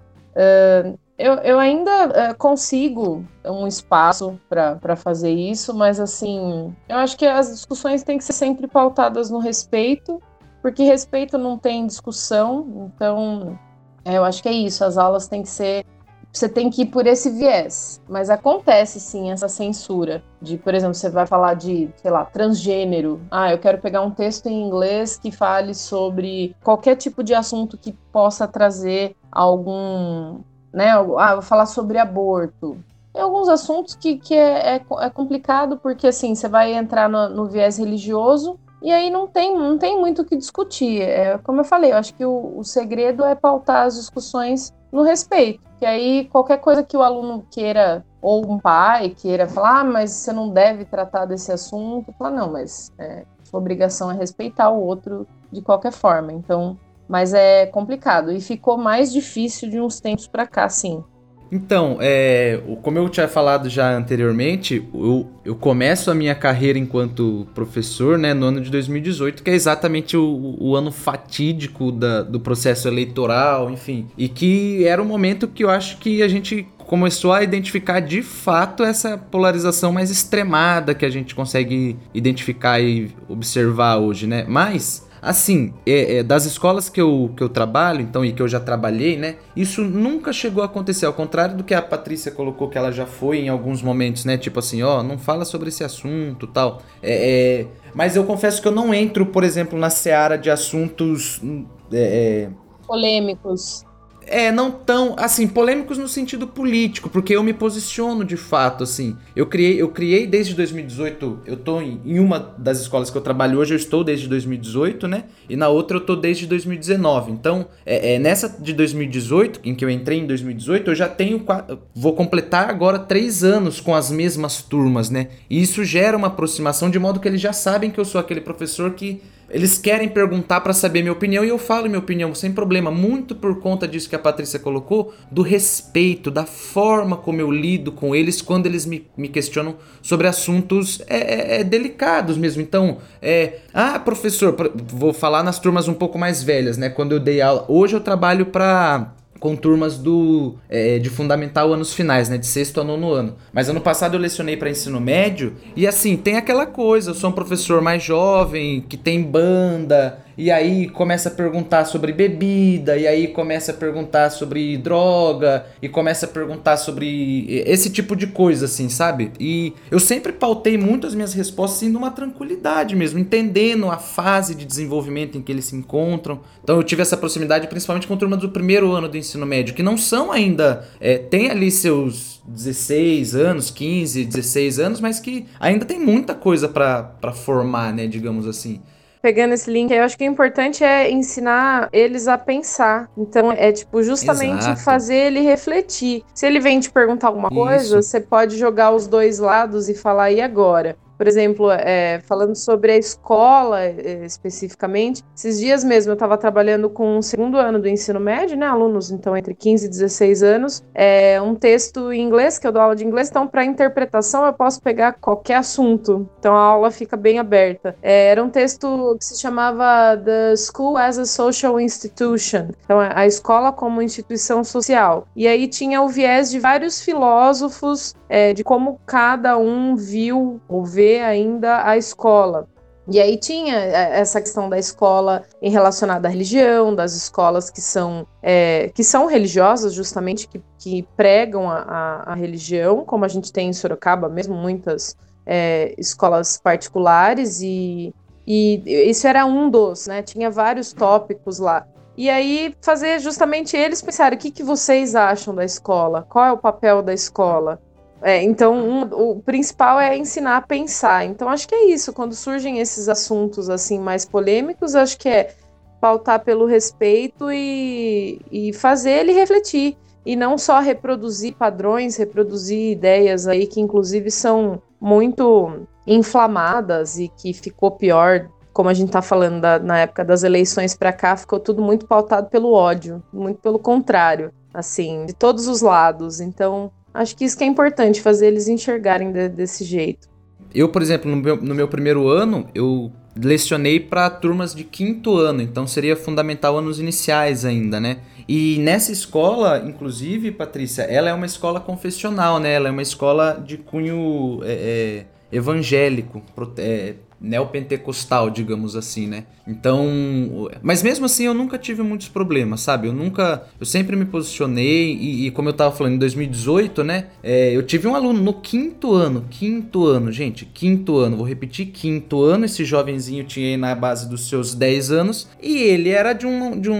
Eu ainda consigo um espaço para fazer isso, mas assim, eu acho que as discussões têm que ser sempre pautadas no respeito, porque respeito não tem discussão, então eu acho que é isso, as aulas têm que ser, você tem que ir por esse viés, mas acontece sim essa censura, de, por exemplo, você vai falar de, sei lá, transgênero, eu quero pegar um texto em inglês que fale sobre qualquer tipo de assunto que possa trazer algum... vou falar sobre aborto. Tem alguns assuntos que é complicado, porque assim, você vai entrar no viés religioso e aí não tem muito o que discutir. Como eu falei, eu acho que o segredo é pautar as discussões no respeito. Que aí qualquer coisa que o aluno queira, ou um pai queira falar, mas você não deve tratar desse assunto, fala, não, mas sua obrigação é respeitar o outro de qualquer forma. Então, mas é complicado e ficou mais difícil de uns tempos para cá, sim. Então, como eu tinha falado já anteriormente, eu começo a minha carreira enquanto professor, né, no ano de 2018, que é exatamente o ano fatídico do processo eleitoral, enfim, e que era um momento que eu acho que a gente começou a identificar de fato essa polarização mais extremada que a gente consegue identificar e observar hoje, né, mas... Assim, das escolas que eu trabalho, então, e que eu já trabalhei, né, isso nunca chegou a acontecer, ao contrário do que a Patrícia colocou, que ela já foi em alguns momentos, né, tipo assim, não fala sobre esse assunto, tal, mas eu confesso que eu não entro, por exemplo, na seara de assuntos... polêmicos. Não tão, assim, polêmicos no sentido político, porque eu me posiciono de fato, assim. Eu criei desde 2018, eu tô em uma das escolas que eu trabalho hoje, eu estou desde 2018, né? E na outra eu tô desde 2019. Então, nessa de 2018, em que eu entrei em 2018, eu já vou completar agora 3 anos com as mesmas turmas, né? E isso gera uma aproximação, de modo que eles já sabem que eu sou aquele professor que... Eles querem perguntar para saber minha opinião e eu falo minha opinião sem problema, muito por conta disso que a Patrícia colocou, do respeito, da forma como eu lido com eles quando eles me questionam sobre assuntos delicados mesmo. Então, professor, vou falar nas turmas um pouco mais velhas, né? Quando eu dei aula, hoje eu trabalho com turmas de fundamental anos finais, né, de 6º a 9º ano. Mas ano passado eu lecionei para ensino médio e assim, tem aquela coisa, eu sou um professor mais jovem, que tem banda, e aí começa a perguntar sobre bebida, e aí começa a perguntar sobre droga, e começa a perguntar sobre esse tipo de coisa, assim, sabe? E eu sempre pautei muito as minhas respostas, assim, numa tranquilidade mesmo, entendendo a fase de desenvolvimento em que eles se encontram. Então eu tive essa proximidade principalmente com a turma do primeiro ano do ensino médio, que não são ainda, tem ali seus 16 anos, 15, 16 anos, mas que ainda tem muita coisa pra formar, né, digamos assim. Pegando esse link, eu acho que o importante é ensinar eles a pensar. Então, tipo, justamente Exato. fazer ele refletir. Se ele vem te perguntar alguma coisa, Isso. você pode jogar os dois lados e falar, e agora? Por exemplo, falando sobre a escola especificamente, esses dias mesmo eu estava trabalhando com o segundo ano do ensino médio, né, alunos então entre 15 e 16 anos, um texto em inglês, que eu dou aula de inglês, então para interpretação eu posso pegar qualquer assunto, então a aula fica bem aberta. Era um texto que se chamava The School as a Social Institution, então a escola como instituição social, e aí tinha o viés de vários filósofos, de como cada um viu ou vê ainda a escola. E aí tinha essa questão da escola em relacionada à religião, das escolas que são religiosas, justamente, que pregam a religião, como a gente tem em Sorocaba mesmo, muitas escolas particulares, e isso era um dos, né? Tinha vários tópicos lá. E aí fazer justamente eles pensarem o que vocês acham da escola, qual é o papel da escola. Então, o principal é ensinar a pensar. Então, acho que é isso. Quando surgem esses assuntos assim mais polêmicos, acho que é pautar pelo respeito e fazer ele refletir. E não só reproduzir padrões, reproduzir ideias aí que, inclusive, são muito inflamadas e que ficou pior, como a gente está falando na época das eleições para cá, ficou tudo muito pautado pelo ódio, muito pelo contrário, assim, de todos os lados. Então, acho que isso que é importante, fazer eles enxergarem desse jeito. Eu, por exemplo, no meu primeiro ano, eu lecionei para turmas de quinto ano, então seria fundamental anos iniciais ainda, né? E nessa escola, inclusive, Patrícia, ela é uma escola confessional, né? Ela é uma escola de cunho evangélico, neopentecostal, digamos assim, né? Então, mas mesmo assim eu nunca tive muitos problemas, sabe? Eu sempre me posicionei e como eu tava falando, em 2018, né? Eu tive um aluno no quinto ano, gente, quinto ano, vou repetir, quinto ano, esse jovenzinho tinha aí na base dos seus 10 anos e ele era de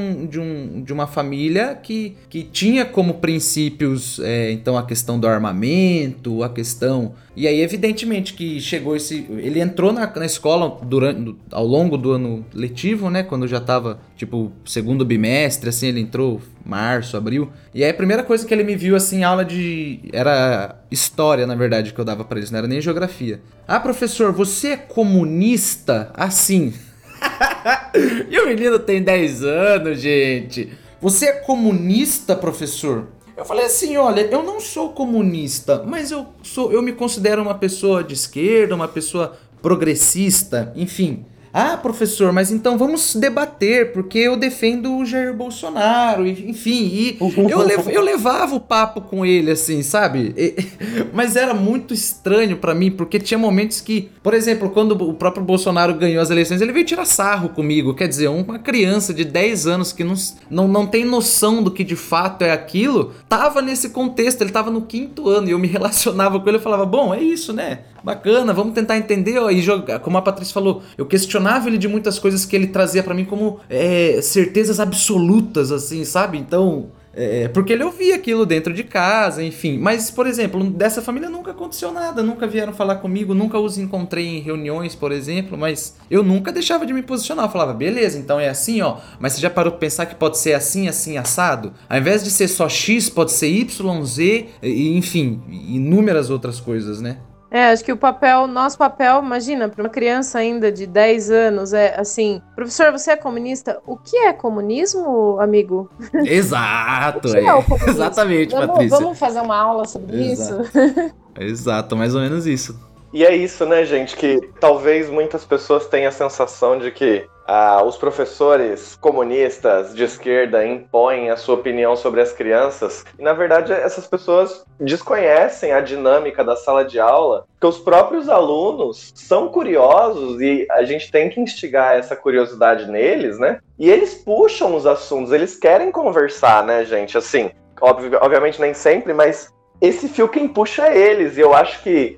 uma família que tinha como princípios, então, a questão do armamento, a questão... E aí, evidentemente, que chegou ele entrou na escola ao longo do ano letivo, né? Quando já tava, tipo, segundo bimestre, assim, ele entrou março, abril. E aí a primeira coisa que ele me viu, assim, aula era história, na verdade, que eu dava pra eles, não era nem geografia. Ah, professor, você é comunista? Assim. E o menino tem 10 anos, gente. Você é comunista, professor? Eu falei assim, olha, eu não sou comunista, mas eu me considero uma pessoa de esquerda, uma pessoa progressista, enfim. Ah, professor, mas então vamos debater, porque eu defendo o Jair Bolsonaro, enfim, e eu levava o papo com ele, assim, sabe? Mas era muito estranho pra mim, porque tinha momentos que, por exemplo, quando o próprio Bolsonaro ganhou as eleições, ele veio tirar sarro comigo, quer dizer, uma criança de 10 anos que não tem noção do que de fato é aquilo, tava nesse contexto, ele tava no quinto ano, e eu me relacionava com ele e falava, bom, é isso, né? Bacana, vamos tentar entender, ó, e jogar, como a Patrícia falou, eu questionava ele de muitas coisas que ele trazia pra mim como certezas absolutas, assim, sabe? Então, porque ele ouvia aquilo dentro de casa, enfim. Mas, por exemplo, dessa família nunca aconteceu nada, nunca vieram falar comigo, nunca os encontrei em reuniões, por exemplo, mas eu nunca deixava de me posicionar. Eu falava, beleza, então é assim, ó, mas você já parou pra pensar que pode ser assim, assim, assado? Ao invés de ser só X, pode ser Y, Z, enfim, inúmeras outras coisas, né? Acho que nosso papel, imagina, para uma criança ainda de 10 anos, assim, professor, você é comunista? O que é comunismo, amigo? Exato, o que é o comunismo? Exatamente, Patrícia. Vamos fazer uma aula sobre isso? Exato, mais ou menos isso. E é isso, né, gente, que talvez muitas pessoas tenham a sensação de que os professores comunistas de esquerda impõem a sua opinião sobre as crianças, e na verdade essas pessoas desconhecem a dinâmica da sala de aula, porque os próprios alunos são curiosos e a gente tem que instigar essa curiosidade neles, né? E eles puxam os assuntos, eles querem conversar, né, gente? Assim, obviamente nem sempre, mas esse fio quem puxa é eles, e eu acho que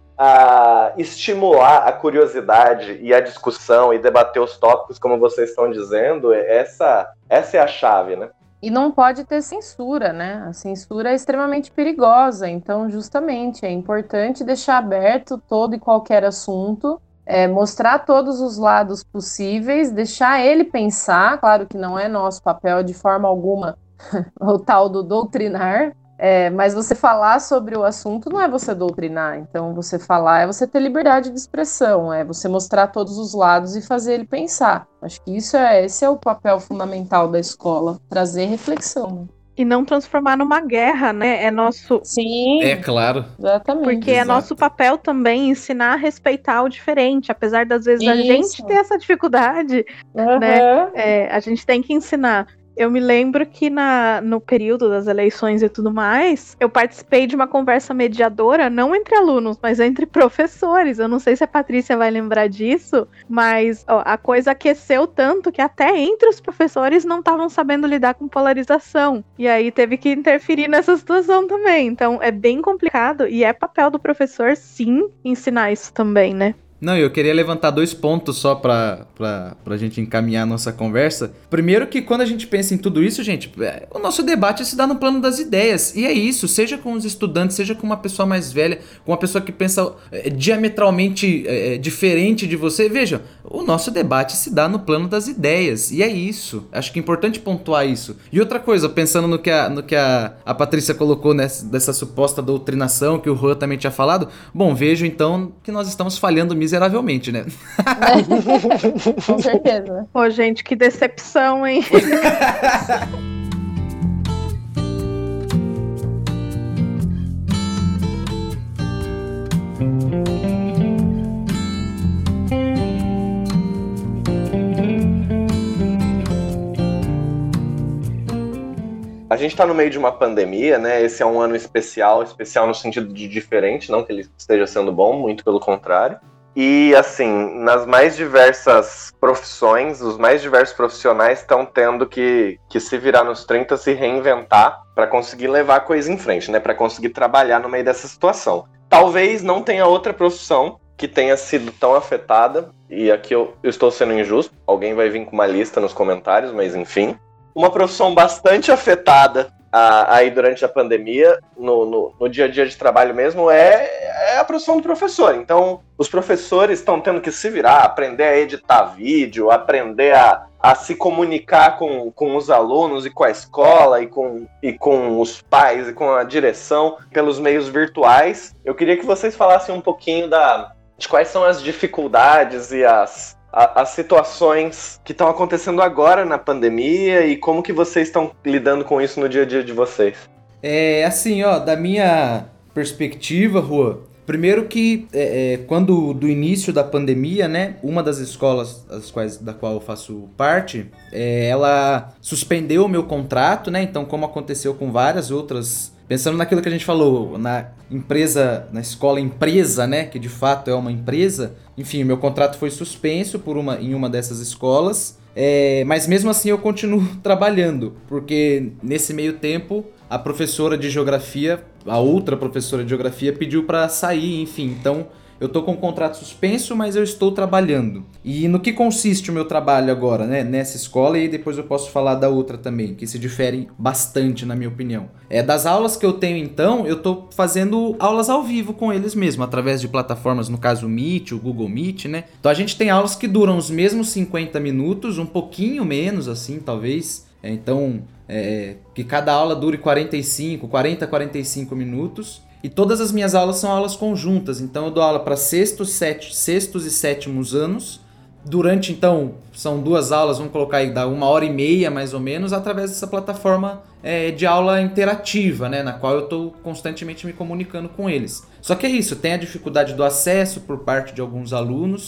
estimular a curiosidade e a discussão e debater os tópicos, como vocês estão dizendo, essa é a chave, né? E não pode ter censura, né? A censura é extremamente perigosa, então justamente é importante deixar aberto todo e qualquer assunto, mostrar todos os lados possíveis, deixar ele pensar, claro que não é nosso papel de forma alguma o tal do doutrinar, mas você falar sobre o assunto não é você doutrinar, então você falar é você ter liberdade de expressão, é você mostrar todos os lados e fazer ele pensar. Acho que esse é o papel fundamental da escola, trazer reflexão. E não transformar numa guerra, né? É nosso... Sim. É claro. Exatamente. Porque é nosso papel também ensinar a respeitar o diferente, apesar das vezes a gente ter essa dificuldade, né? A gente tem que ensinar. Eu me lembro que no período das eleições e tudo mais, eu participei de uma conversa mediadora, não entre alunos, mas entre professores. Eu não sei se a Patrícia vai lembrar disso, mas a coisa aqueceu tanto que até entre os professores não estavam sabendo lidar com polarização. E aí teve que interferir nessa situação também. Então é bem complicado e é papel do professor, sim, ensinar isso também, né? Não, eu queria levantar 2 pontos só pra gente encaminhar a nossa conversa. Primeiro que quando a gente pensa em tudo isso, gente, o nosso debate se dá no plano das ideias. E é isso, seja com os estudantes, seja com uma pessoa mais velha, com uma pessoa que pensa diametralmente diferente de você. Veja, o nosso debate se dá no plano das ideias. E é isso. Acho que é importante pontuar isso. E outra coisa, pensando no que a Patrícia colocou dessa suposta doutrinação, que o Juan também tinha falado, bom, vejo então que nós estamos falhando miseravelmente, né? Com certeza. Pô, gente, que decepção, hein? A gente está no meio de uma pandemia, né? Esse é um ano especial no sentido de diferente, não que ele esteja sendo bom, muito pelo contrário. E, assim, nas mais diversas profissões, os mais diversos profissionais estão tendo que se virar nos 30, se reinventar para conseguir levar a coisa em frente, né? Para conseguir trabalhar no meio dessa situação. Talvez não tenha outra profissão que tenha sido tão afetada, e aqui eu estou sendo injusto, alguém vai vir com uma lista nos comentários, mas enfim. Uma profissão bastante afetada aí durante a pandemia, no dia a dia de trabalho mesmo, é a profissão do professor. Então, os professores estão tendo que se virar, aprender a editar vídeo, aprender a se comunicar com os alunos e com a escola e com os pais e com a direção pelos meios virtuais. Eu queria que vocês falassem um pouquinho de quais são as dificuldades e as situações que estão acontecendo agora na pandemia e como que vocês estão lidando com isso no dia a dia de vocês. Assim, da minha perspectiva, Rua, primeiro que quando do início da pandemia, né, uma das escolas da qual eu faço parte, ela suspendeu o meu contrato, né, então como aconteceu com várias outras, pensando naquilo que a gente falou, na escola empresa, né, que de fato é uma empresa, enfim, meu contrato foi suspenso em uma dessas escolas, mas mesmo assim eu continuo trabalhando, porque nesse meio tempo a professora de geografia, a outra professora de geografia pediu para sair, enfim, então eu tô com o contrato suspenso, mas eu estou trabalhando. E no que consiste o meu trabalho agora, né, nessa escola, e depois eu posso falar da outra também, que se diferem bastante, na minha opinião. Das aulas que eu tenho, então, eu tô fazendo aulas ao vivo com eles mesmo, através de plataformas, no caso o Meet, o Google Meet, né? Então a gente tem aulas que duram os mesmos 50 minutos, um pouquinho menos, assim, talvez. Então, que cada aula dure 40 a 45 minutos. E todas as minhas aulas são aulas conjuntas, então eu dou aula para sextos e sétimos anos. Durante, então, são 2 aulas, vamos colocar aí, dá 1h30 mais ou menos, através dessa plataforma de aula interativa, né, na qual eu estou constantemente me comunicando com eles. Só que é isso, tem a dificuldade do acesso por parte de alguns alunos,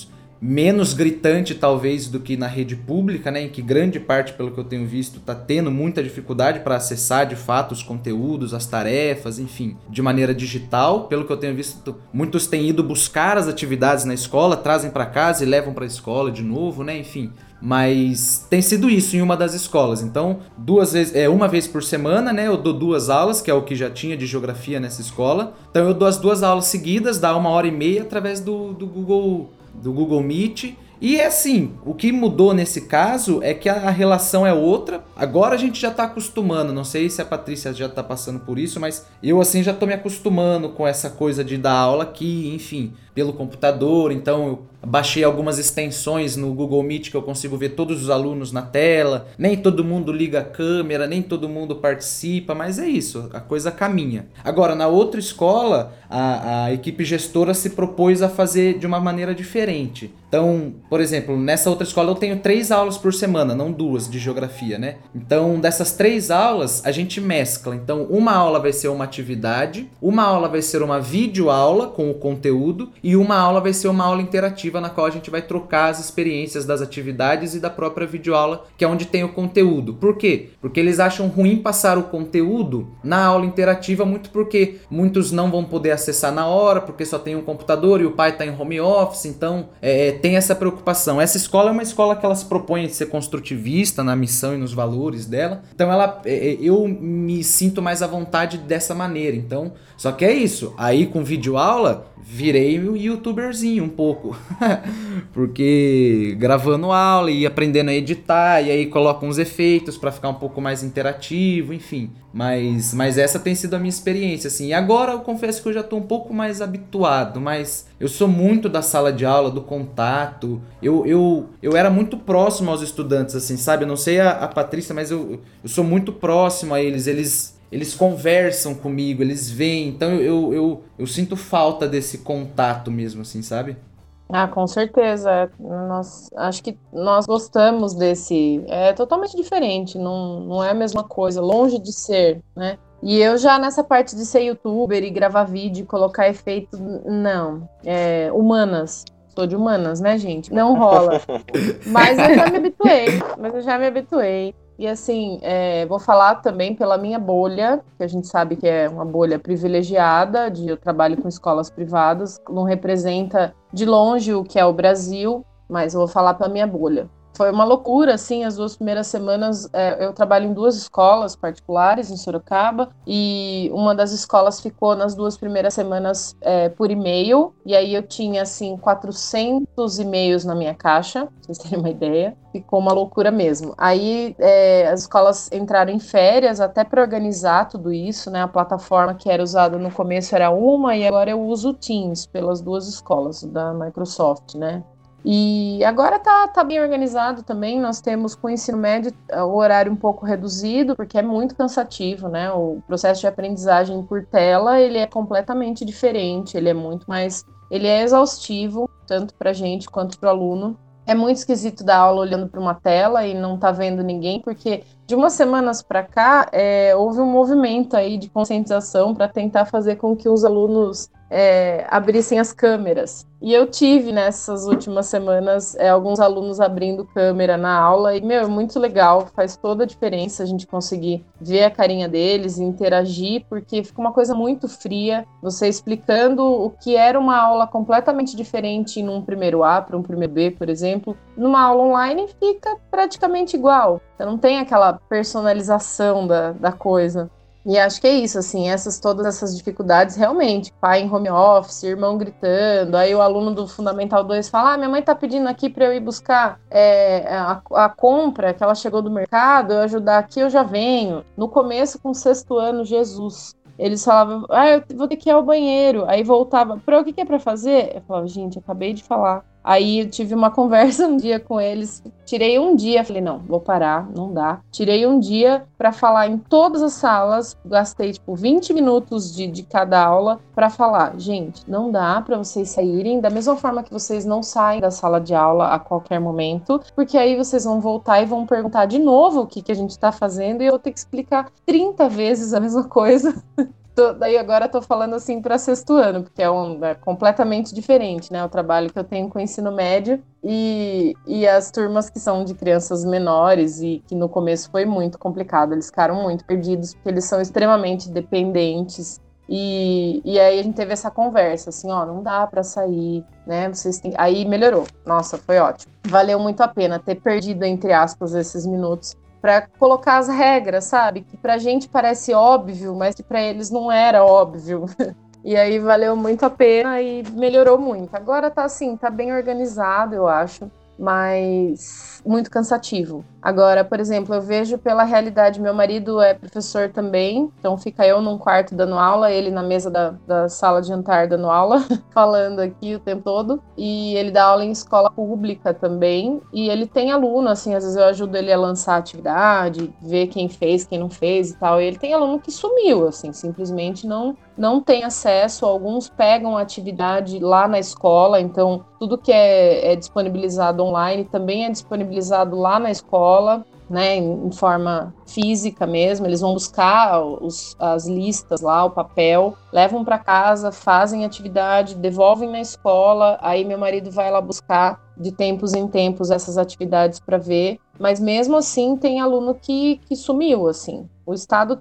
menos gritante talvez do que na rede pública, né, em que grande parte, pelo que eu tenho visto, está tendo muita dificuldade para acessar de fato os conteúdos, as tarefas, enfim, de maneira digital. Pelo que eu tenho visto, muitos têm ido buscar as atividades na escola, trazem para casa e levam para a escola de novo, né, enfim. Mas tem sido isso em uma das escolas. Então, uma vez por semana, né, eu dou 2 aulas, que é o que já tinha de geografia nessa escola. Então eu dou as 2 aulas seguidas, dá 1h30 através do Google Meet. E é assim, o que mudou nesse caso é que a relação é outra. Agora a gente já tá acostumando, não sei se a Patrícia já tá passando por isso, mas eu assim já tô me acostumando com essa coisa de dar aula aqui, enfim, pelo computador. Então eu baixei algumas extensões no Google Meet que eu consigo ver todos os alunos na tela. Nem todo mundo liga a câmera, nem todo mundo participa, mas é isso, a coisa caminha. Agora, na outra escola, a equipe gestora se propôs a fazer de uma maneira diferente. Então, por exemplo, nessa outra escola eu tenho 3 aulas por semana, não 2 de geografia, né? Então, dessas 3 aulas, a gente mescla. Então, uma aula vai ser uma atividade, uma aula vai ser uma videoaula com o conteúdo e uma aula vai ser uma aula interativa na qual a gente vai trocar as experiências das atividades e da própria videoaula, que é onde tem o conteúdo. Por quê? Porque eles acham ruim passar o conteúdo na aula interativa, muito porque muitos não vão poder acessar na hora, porque só tem um computador e o pai está em home office, então tem essa preocupação. Essa escola é uma escola que ela se propõe a ser construtivista na missão e nos valores dela, então eu me sinto mais à vontade dessa maneira. Então, só que é isso, aí com videoaula virei um youtuberzinho um pouco, porque gravando aula e aprendendo a editar, e aí coloco uns efeitos para ficar um pouco mais interativo, enfim. Mas essa tem sido a minha experiência, assim. E agora eu confesso que eu já tô um pouco mais habituado, mas eu sou muito da sala de aula, do contato. Eu era muito próximo aos estudantes, assim, sabe? Eu não sei a Patrícia, mas eu sou muito próximo a eles. Eles conversam comigo, eles vêm, então eu sinto falta desse contato mesmo, assim, sabe? Ah, com certeza. Acho que nós gostamos desse. É totalmente diferente, não é a mesma coisa, longe de ser, né? E eu já nessa parte de ser youtuber e gravar vídeo e colocar efeito, não. Humanas. Sou de humanas, né, gente? Não rola. Mas eu já me habituei. E assim, vou falar também pela minha bolha, que a gente sabe que é uma bolha privilegiada, eu trabalho com escolas privadas, não representa de longe o que é o Brasil, mas eu vou falar pela minha bolha. Foi uma loucura, assim, as 2 primeiras semanas, eu trabalho em 2 escolas particulares em Sorocaba, e uma das escolas ficou nas 2 primeiras semanas por e-mail, e aí eu tinha, assim, 400 e-mails na minha caixa, pra vocês terem uma ideia. Ficou uma loucura mesmo. Aí as escolas entraram em férias até para organizar tudo isso, né? A plataforma que era usada no começo era uma, e agora eu uso o Teams pelas 2 escolas da Microsoft, né? E agora tá bem organizado também. Nós temos com o ensino médio o horário um pouco reduzido, porque é muito cansativo, né? O processo de aprendizagem por tela, ele é completamente diferente, ele é exaustivo, tanto para a gente quanto para o aluno. É muito esquisito dar aula olhando para uma tela e não tá vendo ninguém, porque de umas semanas para cá houve um movimento aí de conscientização para tentar fazer com que os alunos abrissem as câmeras. E eu tive nessas últimas semanas alguns alunos abrindo câmera na aula, e, é muito legal, faz toda a diferença a gente conseguir ver a carinha deles e interagir, porque fica uma coisa muito fria, você explicando o que era uma aula completamente diferente num primeiro A para um primeiro B, por exemplo, numa aula online fica praticamente igual, você não tem aquela personalização da coisa. E acho que é isso, assim, todas essas dificuldades, realmente, pai em home office, irmão gritando, aí o aluno do Fundamental 2 fala, minha mãe tá pedindo aqui para eu ir buscar a compra, que ela chegou do mercado, eu ajudar aqui, eu já venho. No começo, com o 6º ano, Jesus, eles falavam, eu vou ter que ir ao banheiro, aí voltava, o que é para fazer? Eu falava, gente, acabei de falar. Aí eu tive uma conversa um dia com eles, tirei um dia, falei, não, vou parar, não dá. Tirei um dia para falar em todas as salas, gastei 20 minutos de cada aula para falar, gente, não dá para vocês saírem, da mesma forma que vocês não saem da sala de aula a qualquer momento, porque aí vocês vão voltar e vão perguntar de novo o que a gente tá fazendo e eu vou ter que explicar 30 vezes a mesma coisa. Daí agora eu tô falando assim para sexto ano, porque é completamente diferente, né? O trabalho que eu tenho com o ensino médio e as turmas que são de crianças menores e que no começo foi muito complicado, eles ficaram muito perdidos, porque eles são extremamente dependentes. E aí a gente teve essa conversa, assim, ó, não dá para sair, né? Aí melhorou. Nossa, foi ótimo. Valeu muito a pena ter perdido, entre aspas, esses minutos para colocar as regras, sabe? Que pra gente parece óbvio, mas que pra eles não era óbvio. E aí valeu muito a pena e melhorou muito. Agora tá assim, tá bem organizado, eu acho, mas muito cansativo. Agora, por exemplo, eu vejo pela realidade, meu marido é professor também, então fica eu num quarto dando aula, ele na mesa da sala de jantar dando aula, falando aqui o tempo todo, e ele dá aula em escola pública também, e ele tem aluno, assim, às vezes eu ajudo ele a lançar atividade, ver quem fez, quem não fez e tal, e ele tem aluno que sumiu, assim, simplesmente não tem acesso, alguns pegam a atividade lá na escola, então tudo que é disponibilizado online também é disponibilizado lá na escola, né, em forma física mesmo, eles vão buscar as listas lá, o papel, levam para casa, fazem atividade, devolvem na escola, aí meu marido vai lá buscar de tempos em tempos essas atividades para ver, mas mesmo assim tem aluno que sumiu, assim. O estado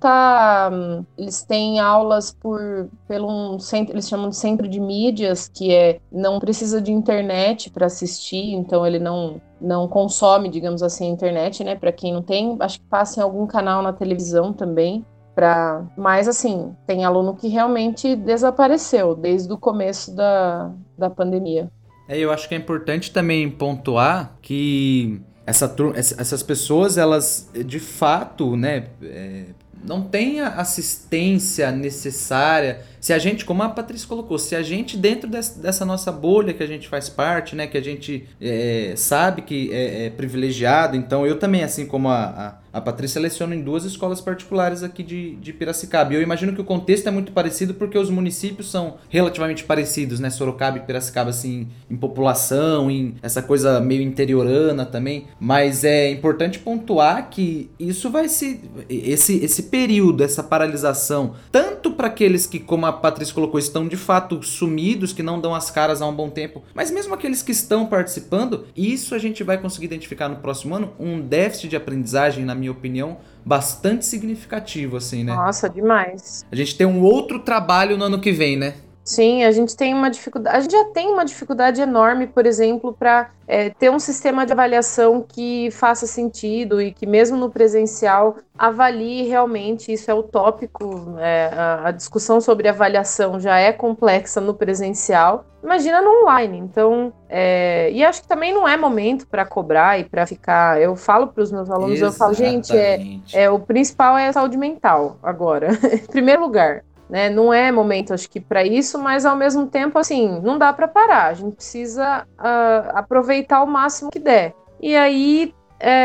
eles têm aulas pelo um centro, eles chamam de centro de mídias, que não precisa de internet para assistir, então ele não consome, digamos assim, a internet, né? Para quem não tem, acho que passa em algum canal na televisão também. Mas assim, tem aluno que realmente desapareceu desde o começo da pandemia. Eu acho que é importante também pontuar que essas pessoas, elas de fato, né, não têm a assistência necessária. Se a gente, como a Patrícia colocou, se a gente dentro dessa nossa bolha que a gente faz parte, né, que a gente sabe que é privilegiado, então eu também, assim como a Patrícia, leciono em 2 escolas particulares aqui de Piracicaba. E eu imagino que o contexto é muito parecido porque os municípios são relativamente parecidos, né? Sorocaba e Piracicaba, assim, em população, em essa coisa meio interiorana também. Mas é importante pontuar que isso vai se... Esse período, essa paralisação, tanto para aqueles que, como a Patrícia colocou, estão de fato sumidos, que não dão as caras há um bom tempo, mas mesmo aqueles que estão participando, isso a gente vai conseguir identificar no próximo ano um déficit de aprendizagem, na minha opinião, bastante significativo, assim, né? Nossa, demais. A gente tem um outro trabalho no ano que vem, né? Sim, a gente tem uma dificuldade. A gente já tem uma dificuldade enorme, por exemplo, para ter um sistema de avaliação que faça sentido e que, mesmo no presencial, avalie realmente. Isso é utópico. A discussão sobre avaliação já é complexa no presencial. Imagina no online. Então, e acho que também não é momento para cobrar e para ficar. Eu falo para os meus alunos, eu falo, gente, o principal é a saúde mental agora, em primeiro lugar. Né? Não é momento, acho que, para isso, mas ao mesmo tempo, assim, não dá para parar. A gente precisa aproveitar o máximo que der. E aí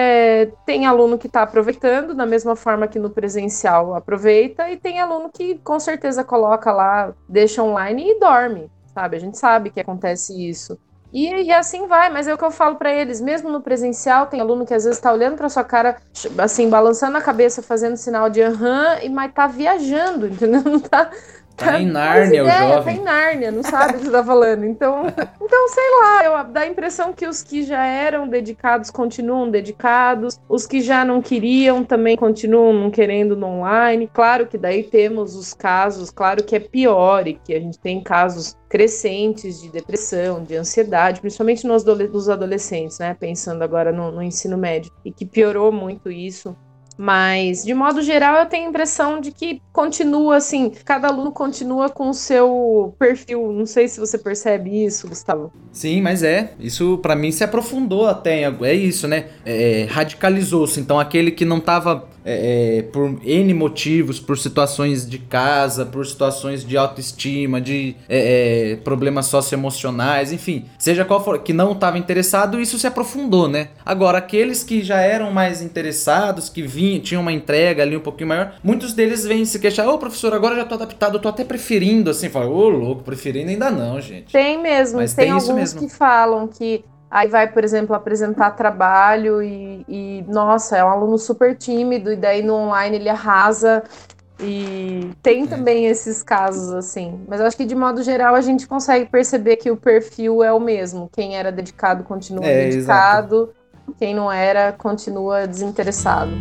tem aluno que está aproveitando da mesma forma que no presencial aproveita, e tem aluno que com certeza coloca lá, deixa online e dorme, sabe? A gente sabe que acontece isso. E assim vai, mas é o que eu falo para eles, mesmo no presencial, tem aluno que às vezes tá olhando para sua cara, assim, balançando a cabeça, fazendo sinal de mas tá viajando, entendeu? Não tá em Nárnia, o jovem. Tá em Nárnia, não sabe o que você tá falando. Então, sei lá, dá a impressão que os que já eram dedicados continuam dedicados, os que já não queriam também continuam não querendo no online. Claro que daí temos os casos, claro que é pior, e que a gente tem casos crescentes de depressão, de ansiedade, principalmente nos adolescentes, né? Pensando agora no ensino médio, e que piorou muito isso. Mas, de modo geral, eu tenho a impressão de que continua assim, cada aluno continua com o seu perfil. Não sei se você percebe isso, Gustavo. Sim, mas isso pra mim se aprofundou até, é isso, né? Radicalizou-se, então aquele que não tava por N motivos, por situações de casa, por situações de autoestima, de problemas socioemocionais, enfim, seja qual for, que não estava interessado, isso se aprofundou, né? Agora, aqueles que já eram mais interessados, que tinham uma entrega ali um pouquinho maior, muitos deles vêm se queixar, professor, agora eu já tô adaptado, eu tô até preferindo, assim, fala, louco, preferindo ainda não, gente. Tem mesmo, mas tem alguns mesmo. Que falam que aí vai, por exemplo, apresentar trabalho e nossa, é um aluno super tímido, e daí no online ele arrasa. E tem também esses casos, assim. Mas eu acho que, de modo geral, a gente consegue perceber que o perfil é o mesmo. Quem era dedicado continua dedicado. Exato. Quem não era, continua desinteressado.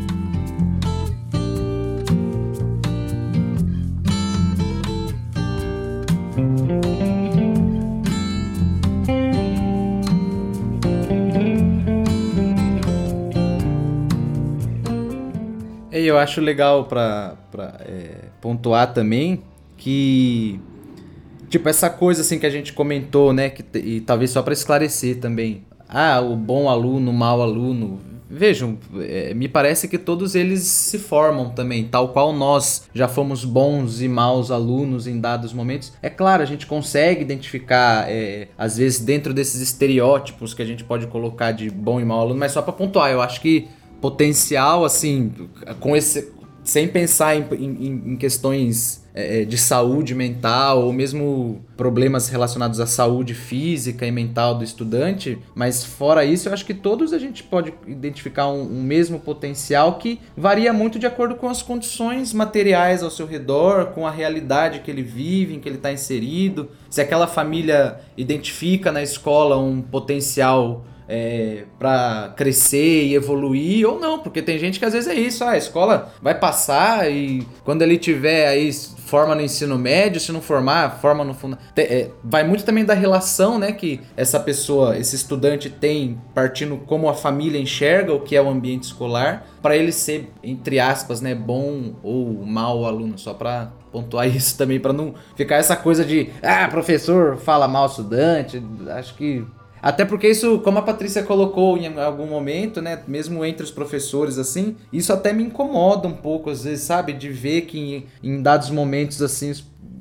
E eu acho legal pra pontuar também que, tipo, essa coisa assim que a gente comentou, né, e talvez só para esclarecer também, o bom aluno, o mau aluno, vejam, me parece que todos eles se formam também, tal qual nós já fomos bons e maus alunos em dados momentos. É claro, a gente consegue identificar, às vezes, dentro desses estereótipos que a gente pode colocar de bom e mau aluno, mas só para pontuar, eu acho que potencial, assim, sem pensar em questões de saúde mental ou mesmo problemas relacionados à saúde física e mental do estudante, mas fora isso, eu acho que todos a gente pode identificar um mesmo potencial que varia muito de acordo com as condições materiais ao seu redor, com a realidade que ele vive, em que ele está inserido, se aquela família identifica na escola um potencial para crescer e evoluir ou não, porque tem gente que às vezes é isso, a escola vai passar e quando ele tiver aí forma no ensino médio, se não formar, forma no fundo. Vai muito também da relação, né, que essa pessoa, esse estudante tem, partindo como a família enxerga o que é o ambiente escolar, para ele ser, entre aspas, né, bom ou mau aluno, só para pontuar isso também, para não ficar essa coisa de, professor fala mal estudante, acho que até porque isso, como a Patrícia colocou em algum momento, né, mesmo entre os professores, assim, isso até me incomoda um pouco, às vezes, sabe, de ver que em dados momentos, assim,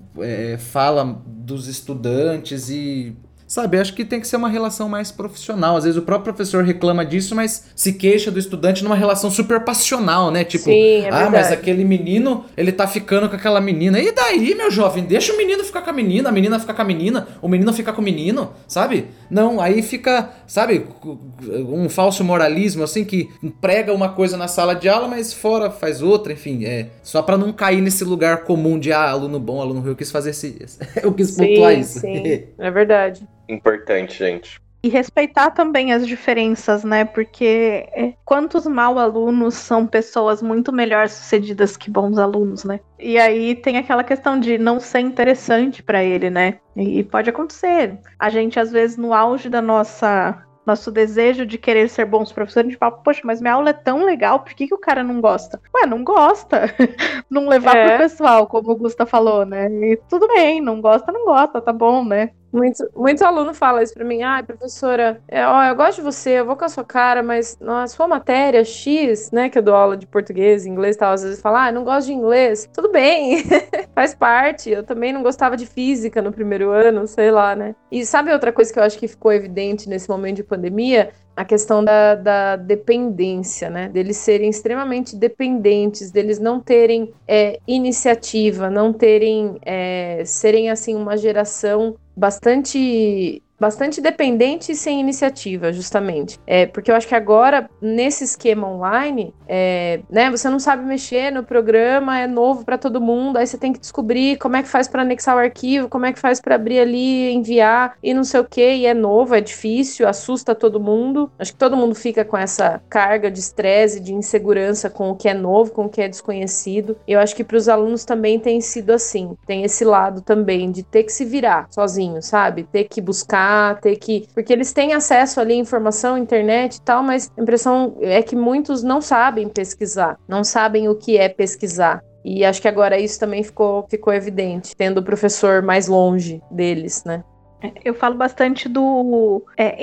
fala dos estudantes e, sabe, acho que tem que ser uma relação mais profissional. Às vezes o próprio professor reclama disso, mas se queixa do estudante numa relação super passional, né? Tipo, sim, é verdade. Mas aquele menino, ele tá ficando com aquela menina. E daí, meu jovem? Deixa o menino ficar com a menina ficar com a menina, o menino ficar com o menino, sabe? Não, aí fica, sabe, um falso moralismo, assim, que prega uma coisa na sala de aula, mas fora faz outra, enfim, só pra não cair nesse lugar comum de, aluno bom, aluno ruim. Eu quis fazer eu quis pontuar isso. Sim, é verdade. Importante, gente. E respeitar também as diferenças, né? Porque quantos mau alunos são pessoas muito melhor sucedidas que bons alunos, né? E aí tem aquela questão de não ser interessante pra ele, né? E pode acontecer. A gente, às vezes, no auge da nosso desejo de querer ser bons professores, a gente fala, poxa, mas minha aula é tão legal, por que o cara não gosta? Ué, não gosta. Não levar pro pessoal, como o Gusta falou, né? E tudo bem, não gosta, tá bom, né? Muito aluno fala isso pra mim. Professora, eu gosto de você, eu vou com a sua cara, mas na sua matéria X, né, que eu dou aula de português, inglês e tal, às vezes fala, eu não gosto de inglês. Tudo bem, faz parte. Eu também não gostava de física no primeiro ano, sei lá, né? E sabe outra coisa que eu acho que ficou evidente nesse momento de pandemia? A questão da dependência, né? Deles serem extremamente dependentes, deles não terem iniciativa, não terem, serem, assim, uma geração bastante dependente e sem iniciativa, justamente. Porque eu acho que agora, nesse esquema online, né, você não sabe mexer no programa, é novo para todo mundo, aí você tem que descobrir como é que faz para anexar o arquivo, como é que faz para abrir ali, enviar, e não sei o que, e é novo, é difícil, assusta todo mundo. Acho que todo mundo fica com essa carga de estresse, de insegurança com o que é novo, com o que é desconhecido. E eu acho que para os alunos também tem sido assim, tem esse lado também de ter que se virar sozinho, sabe? Ter que buscar, porque eles têm acesso ali à informação, internet e tal, mas a impressão é que muitos não sabem pesquisar, não sabem o que é pesquisar. E acho que agora isso também ficou evidente, tendo o professor mais longe deles, né? Eu falo bastante do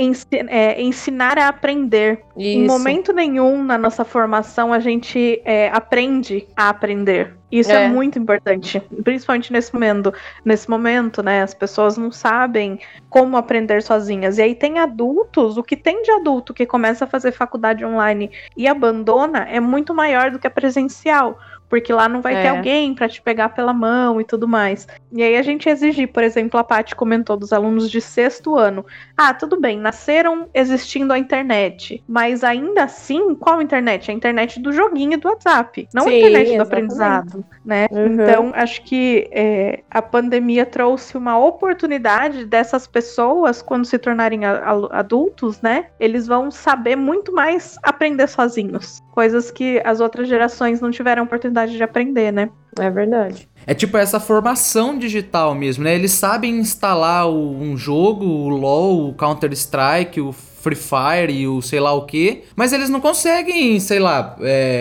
ensinar a aprender. Isso. Em momento nenhum na nossa formação a gente aprende a aprender. Isso é muito importante, principalmente nesse momento, né? As pessoas não sabem como aprender sozinhas. E aí tem adultos, o que tem de adulto que começa a fazer faculdade online e abandona é muito maior do que a presencial. Porque lá não vai ter alguém para te pegar pela mão e tudo mais. E aí a gente exigir, por exemplo, a Paty comentou dos alunos de 6º ano. Tudo bem, nasceram existindo a internet, mas ainda assim, qual internet? A internet do joguinho do WhatsApp, não a internet do aprendizado, né? Então, acho que a pandemia trouxe uma oportunidade dessas pessoas, quando se tornarem adultos, né? Eles vão saber muito mais aprender sozinhos, coisas que as outras gerações não tiveram oportunidade de aprender, né? É verdade. É tipo essa formação digital mesmo, né? Eles sabem instalar um jogo, o LoL, o Counter-Strike, o Free Fire e o sei lá o quê, mas eles não conseguem, sei lá,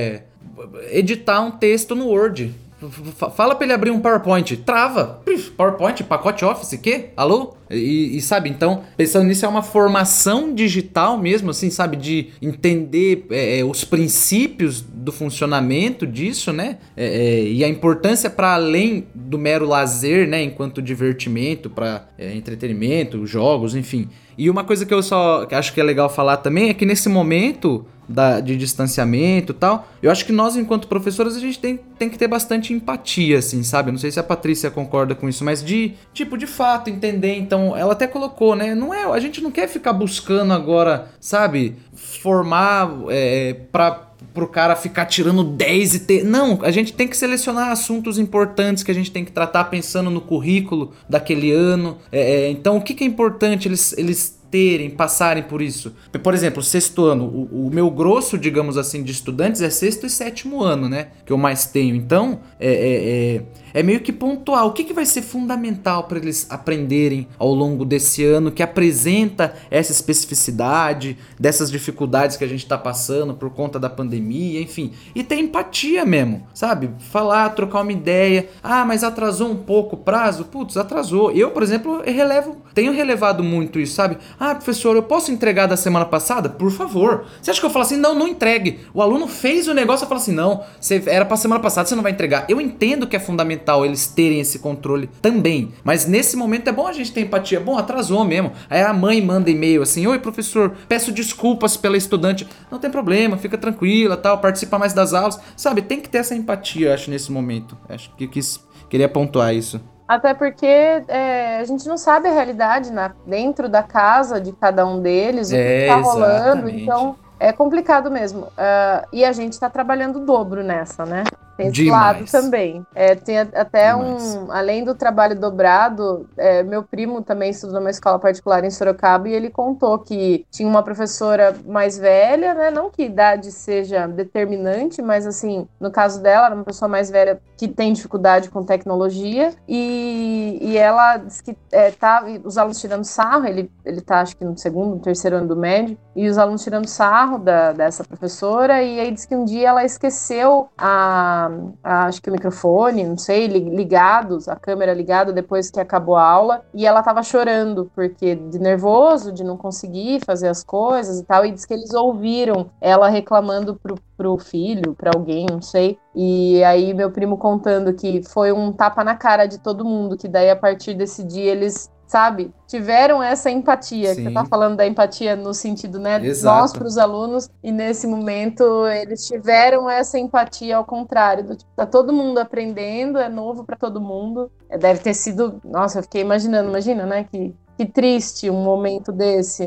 editar um texto no Word. Fala pra ele abrir um PowerPoint, trava. PowerPoint, pacote Office, quê? Alô? E sabe, então, pensando nisso, é uma formação digital mesmo, assim, sabe, de entender os princípios do funcionamento disso, né, e a importância para além do mero lazer, né, enquanto divertimento, para entretenimento, jogos, enfim. E uma coisa que eu que acho que é legal falar também é que nesse momento de distanciamento e tal, eu acho que nós, enquanto professores, a gente tem que ter bastante empatia, assim, sabe? Não sei se a Patrícia concorda com isso, mas de fato, entender. Então, ela até colocou, né? A gente não quer ficar buscando agora, sabe? Formar pro cara ficar tirando 10 e ter... Não, a gente tem que selecionar assuntos importantes que a gente tem que tratar pensando no currículo daquele ano. Então, o que é importante eles passarem por isso? Por exemplo, 6º ano, o meu grosso, digamos assim, de estudantes é 6º e 7º ano, né? Que eu mais tenho. Então, é meio que pontuar o que vai ser fundamental para eles aprenderem ao longo desse ano, que apresenta essa especificidade, dessas dificuldades que a gente tá passando por conta da pandemia, enfim. E ter empatia mesmo, sabe? Falar, trocar uma ideia. Mas atrasou um pouco o prazo? Putz, atrasou. Eu, por exemplo, tenho relevado muito isso, sabe? Professor, eu posso entregar da semana passada? Por favor. Você acha que eu falo assim? Não entregue. O aluno fez o negócio, eu falo assim, não, era pra semana passada, você não vai entregar. Eu entendo que é fundamental eles terem esse controle também, mas nesse momento é bom a gente ter empatia. Bom, atrasou mesmo. Aí a mãe manda e-mail assim, oi professor, peço desculpas pela estudante. Não tem problema, fica tranquila, tal, participa mais das aulas. Sabe, tem que ter essa empatia, eu acho, nesse momento. Acho que queria pontuar isso. Até porque a gente não sabe a realidade dentro da casa de cada um deles, o que tá rolando, então é complicado mesmo. E a gente tá trabalhando o dobro nessa, né? Tem esse lado também. Tem até além do trabalho dobrado, meu primo também estudou numa escola particular em Sorocaba e ele contou que tinha uma professora mais velha, né? Não que idade seja determinante, mas assim, no caso dela, era uma pessoa mais velha que tem dificuldade com tecnologia e ela disse que os alunos tirando sarro, ele tá acho que no 2º, 3º ano do médio, e os alunos tirando sarro dessa professora, e aí diz que um dia ela esqueceu acho que o microfone, não sei, a câmera ligada depois que acabou a aula, e ela tava chorando, porque de nervoso, de não conseguir fazer as coisas e tal, e diz que eles ouviram ela reclamando pro filho, pra alguém, não sei, e aí meu primo contando que foi um tapa na cara de todo mundo, que daí a partir desse dia eles, sabe, tiveram essa empatia. Sim. Que você tá falando da empatia no sentido, né, exato, nós pros alunos, e nesse momento eles tiveram essa empatia ao contrário, do tipo, tá todo mundo aprendendo, é novo pra todo mundo. Deve ter sido, nossa, eu fiquei imaginando, imagina, né, que triste um momento desse.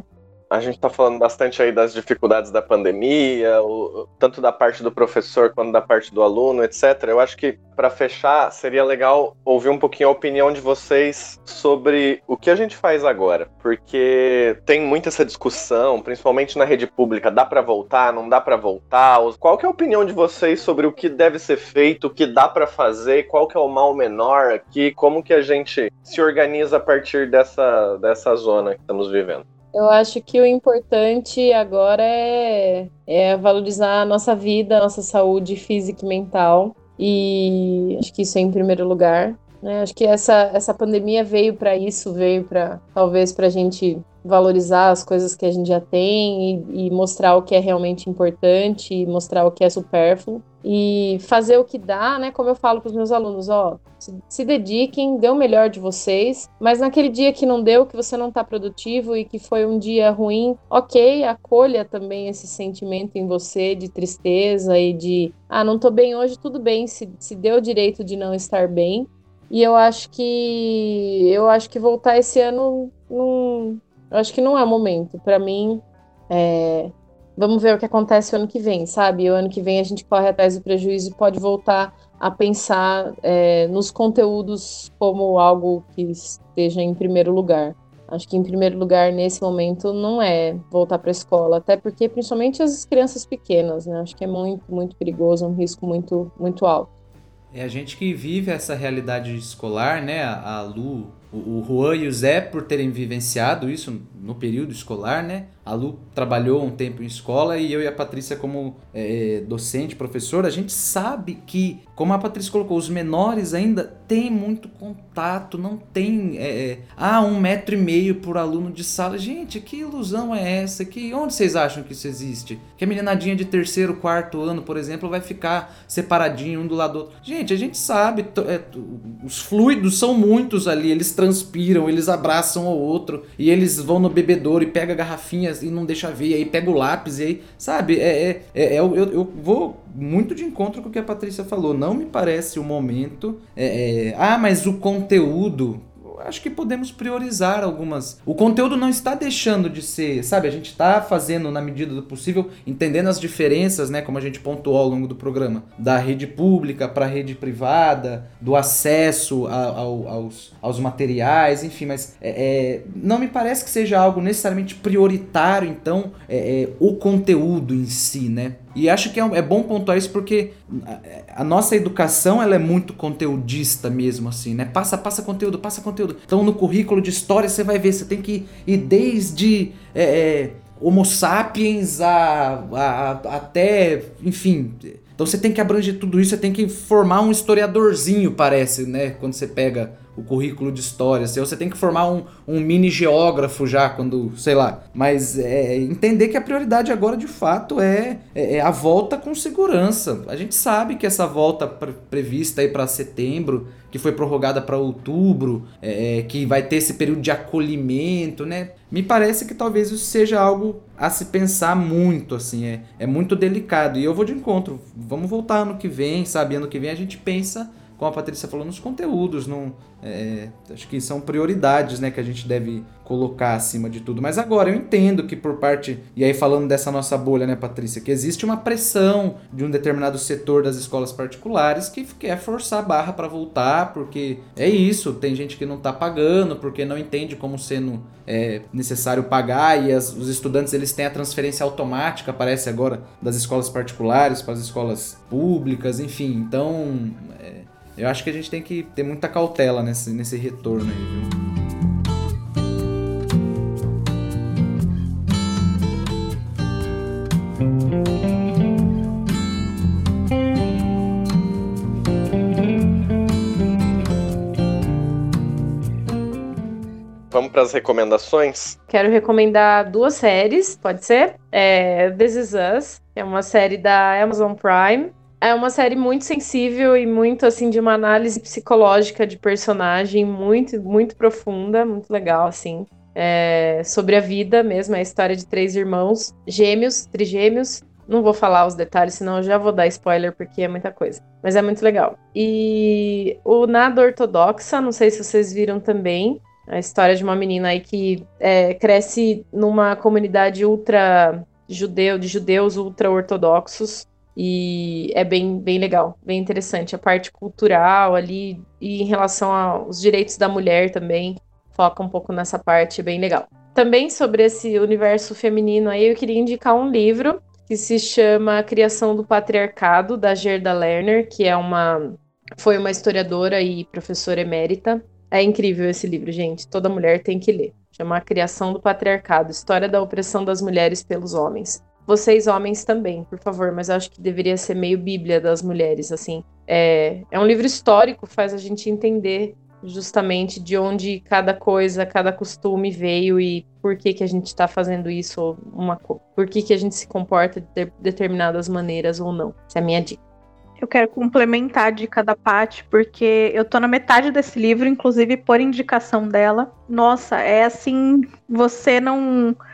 A gente está falando bastante aí das dificuldades da pandemia, tanto da parte do professor quanto da parte do aluno, etc. Eu acho que, para fechar, seria legal ouvir um pouquinho a opinião de vocês sobre o que a gente faz agora. Porque tem muita essa discussão, principalmente na rede pública, dá para voltar, não dá para voltar? Qual que é a opinião de vocês sobre o que deve ser feito, o que dá para fazer, qual que é o mal menor aqui, como que a gente se organiza a partir dessa zona que estamos vivendo? Eu acho que o importante agora é valorizar a nossa vida, a nossa saúde física e mental. E acho que isso é em primeiro lugar, né? Acho que essa pandemia veio para isso, talvez para a gente valorizar as coisas que a gente já tem e mostrar o que é realmente importante, e mostrar o que é supérfluo e fazer o que dá, né? Como eu falo para os meus alunos, se dediquem, dê o melhor de vocês, mas naquele dia que não deu, que você não está produtivo e que foi um dia ruim, ok, acolha também esse sentimento em você de tristeza e de, não tô bem hoje, tudo bem, se deu o direito de não estar bem. E eu acho que voltar esse ano eu acho que não é o momento. Para mim, vamos ver o que acontece o ano que vem, sabe? O ano que vem a gente corre atrás do prejuízo e pode voltar a pensar nos conteúdos como algo que esteja em primeiro lugar. Acho que em primeiro lugar, nesse momento, não é voltar para a escola, até porque, principalmente as crianças pequenas, né? Acho que é muito, muito perigoso, é um risco muito, muito alto. É a gente que vive essa realidade escolar, né? A Lu, o Juan e o Zé, por terem vivenciado isso no período escolar, né? A Lu trabalhou um tempo em escola e eu e a Patrícia como docente, professora, a gente sabe que, como a Patrícia colocou, os menores ainda têm muito contato, não tem 1,5 metro por aluno de sala. Gente, que ilusão é essa? Onde vocês acham que isso existe? Que a meninadinha de 3º, 4º ano, por exemplo, vai ficar separadinho um do lado do outro. Gente, a gente sabe, os fluidos são muitos ali, eles transpiram, eles abraçam o outro, e eles vão no bebedouro e pegam garrafinhas e não deixa ver, aí pega o lápis e aí, sabe, eu vou muito de encontro com o que a Patrícia falou, não me parece o momento, mas o conteúdo, acho que podemos priorizar algumas. O conteúdo não está deixando de ser, sabe? A gente está fazendo na medida do possível, entendendo as diferenças, né? Como a gente pontuou ao longo do programa, da rede pública para a rede privada, do acesso aos materiais, enfim, mas não me parece que seja algo necessariamente prioritário, então, o conteúdo em si, né? E acho que é bom pontuar isso porque a nossa educação ela é muito conteudista mesmo, assim, né? Passa conteúdo, passa conteúdo. Então no currículo de história você vai ver, você tem que ir desde Homo sapiens até, enfim... Então você tem que abranger tudo isso, você tem que formar um historiadorzinho, parece, né? Quando você pega o currículo de história, ou você tem que formar um mini geógrafo já, quando, sei lá. Mas entender que a prioridade agora, de fato, é a volta com segurança. A gente sabe que essa volta prevista aí para setembro, que foi prorrogada para outubro, que vai ter esse período de acolhimento, né? Me parece que talvez isso seja algo a se pensar muito, assim, é muito delicado. E eu vou de encontro, vamos voltar ano que vem, sabe? Ano que vem a gente pensa, como a Patrícia falou, nos conteúdos, acho que são prioridades, né, que a gente deve colocar acima de tudo. Mas agora, eu entendo que por parte, e aí falando dessa nossa bolha, né, Patrícia, que existe uma pressão de um determinado setor das escolas particulares que quer forçar a barra para voltar, porque é isso, tem gente que não está pagando, porque não entende como sendo necessário pagar, e os estudantes eles têm a transferência automática, parece agora, das escolas particulares para as escolas públicas, enfim, então... eu acho que a gente tem que ter muita cautela nesse retorno aí, viu? Vamos para as recomendações? Quero recomendar 2 séries, pode ser? This Is Us, que é uma série da Amazon Prime. É uma série muito sensível e muito, assim, de uma análise psicológica de personagem muito, muito profunda, muito legal, assim. Sobre a vida mesmo, é a história de 3 irmãos trigêmeos. Não vou falar os detalhes, senão eu já vou dar spoiler, porque é muita coisa. Mas é muito legal. E o Nada Ortodoxa, não sei se vocês viram também, a história de uma menina aí que cresce numa comunidade de judeus ultra-ortodoxos. E é bem, bem legal, bem interessante. A parte cultural ali e em relação aos direitos da mulher também foca um pouco nessa parte, bem legal. Também sobre esse universo feminino aí, eu queria indicar um livro que se chama A Criação do Patriarcado, da Gerda Lerner, que foi uma historiadora e professora emérita. É incrível esse livro, gente. Toda mulher tem que ler. Chama A Criação do Patriarcado, História da Opressão das Mulheres pelos Homens. Vocês, homens, também, por favor, mas eu acho que deveria ser meio bíblia das mulheres, assim. É um livro histórico, faz a gente entender justamente de onde cada coisa, cada costume veio e por que a gente está fazendo isso, por que a gente se comporta de determinadas maneiras ou não. Essa é a minha dica. Eu quero complementar a dica da Paty, porque eu tô na metade desse livro, inclusive por indicação dela. Nossa, é assim, você não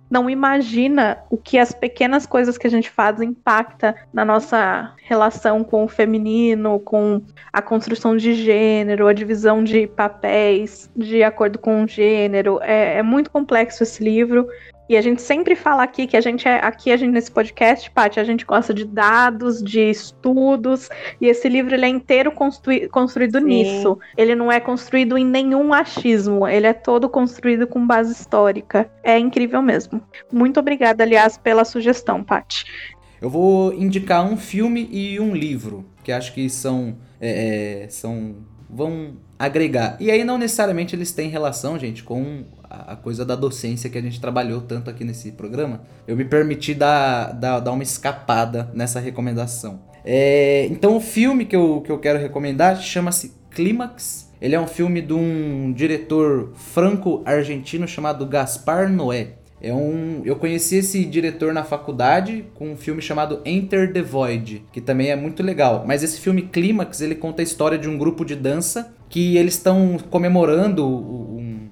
não imagina o que as pequenas coisas que a gente faz impacta na nossa relação com o feminino, com a construção de gênero, a divisão de papéis de acordo com o gênero. É muito complexo esse livro. E a gente sempre fala aqui que a gente nesse podcast, Paty, a gente gosta de dados, de estudos, e esse livro ele é inteiro construído nisso. Ele não é construído em nenhum achismo, ele é todo construído com base histórica. É incrível mesmo. Muito obrigada, aliás, pela sugestão, Paty. Eu vou indicar um filme e um livro, que acho que vão agregar. E aí não necessariamente eles têm relação, gente, com a coisa da docência que a gente trabalhou tanto aqui nesse programa. Eu me permiti dar uma escapada nessa recomendação. Então o filme que eu quero recomendar chama-se Clímax. Ele é um filme de um diretor franco-argentino chamado Gaspar Noé. Eu conheci esse diretor na faculdade com um filme chamado Enter the Void, que também é muito legal. Mas esse filme Clímax, ele conta a história de um grupo de dança que eles estão comemorando um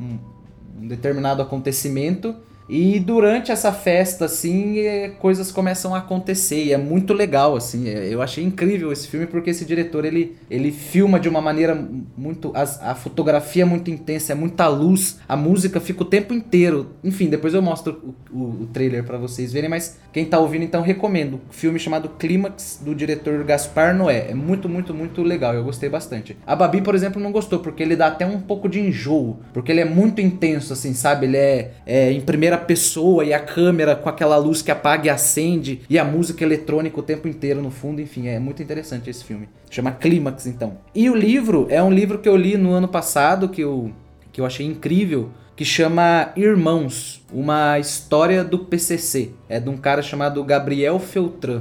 determinado acontecimento. E durante essa festa, assim, coisas começam a acontecer. E é muito legal, assim. Eu achei incrível esse filme porque esse diretor, ele filma de uma maneira muito... A fotografia é muito intensa, é muita luz. A música fica o tempo inteiro. Enfim, depois eu mostro o trailer pra vocês verem. Mas quem tá ouvindo, então, recomendo. O filme chamado Clímax, do diretor Gaspar Noé. É muito, muito, muito legal. Eu gostei bastante. A Babi, por exemplo, não gostou porque ele dá até um pouco de enjoo. Porque ele é muito intenso, assim, sabe? Ele é em primeira pessoa e a câmera com aquela luz que apaga e acende e a música eletrônica o tempo inteiro no fundo, enfim, é muito interessante esse filme. Chama Clímax, então. E o livro é um livro que eu li no ano passado, que eu achei incrível, que chama Irmãos, uma história do PCC. É de um cara chamado Gabriel Feltran.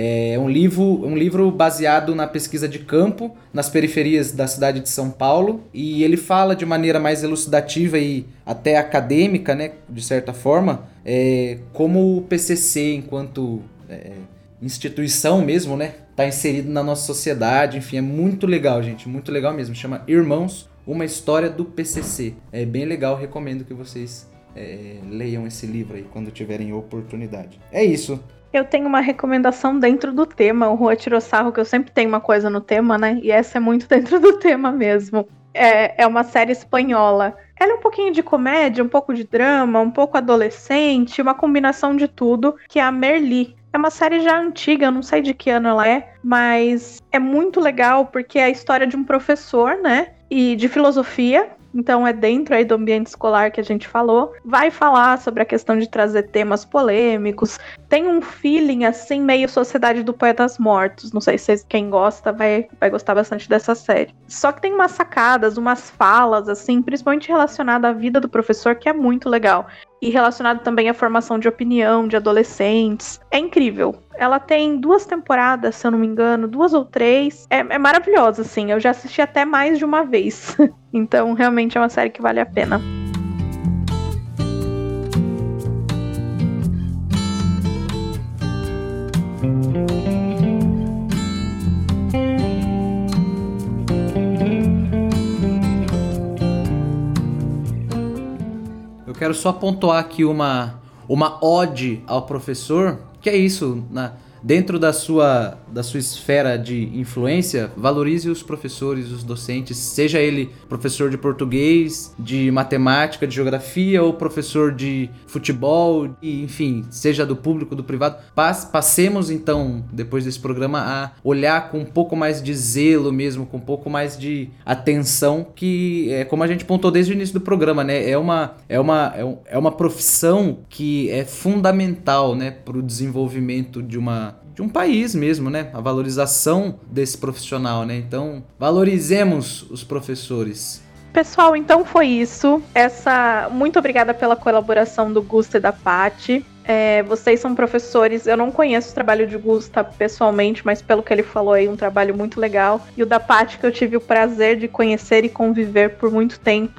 É um livro baseado na pesquisa de campo, nas periferias da cidade de São Paulo, e ele fala de maneira mais elucidativa e até acadêmica, né, de certa forma, como o PCC, enquanto instituição mesmo, né, está inserido na nossa sociedade. Enfim, é muito legal, gente, muito legal mesmo. Chama Irmãos, uma história do PCC. É bem legal, recomendo que vocês leiam esse livro aí quando tiverem oportunidade. É isso. Eu tenho uma recomendação dentro do tema. O Rua tirou sarro que eu sempre tenho uma coisa no tema, né? E essa é muito dentro do tema mesmo. É uma série espanhola. Ela é um pouquinho de comédia, um pouco de drama, um pouco adolescente, uma combinação de tudo, que é a Merli. É uma série já antiga, eu não sei de que ano ela é, mas é muito legal porque é a história de um professor, né? E de filosofia. Então é dentro aí do ambiente escolar que a gente falou. Vai falar sobre a questão de trazer temas polêmicos. Tem um feeling assim, meio Sociedade do Poetas Mortos. Não sei se quem gosta vai gostar bastante dessa série. Só que tem umas sacadas, umas falas, assim, principalmente relacionadas à vida do professor, que é muito legal. E relacionado também à formação de opinião de adolescentes. É incrível. Ela tem 2 temporadas, se eu não me engano, 2 ou 3. É maravilhosa, assim. Eu já assisti até mais de uma vez. Então, realmente é uma série que vale a pena. Eu quero só pontuar aqui uma ode ao professor, que é isso, dentro da sua esfera de influência, valorize os professores, os docentes, seja ele professor de português, de matemática, de geografia, ou professor de futebol, enfim, seja do público, do privado. Passemos então, depois desse programa, a olhar com um pouco mais de zelo mesmo, com um pouco mais de atenção, que é como a gente pontuou desde o início do programa, né? É uma profissão que é fundamental, né, para o desenvolvimento de um país mesmo, né? A valorização desse profissional, né? Então, valorizemos os professores. Pessoal, então foi isso. Muito obrigada pela colaboração do Gusta e da Paty. Vocês são professores, eu não conheço o trabalho de Gusta pessoalmente, mas pelo que ele falou aí, um trabalho muito legal. E o da Paty, que eu tive o prazer de conhecer e conviver por muito tempo.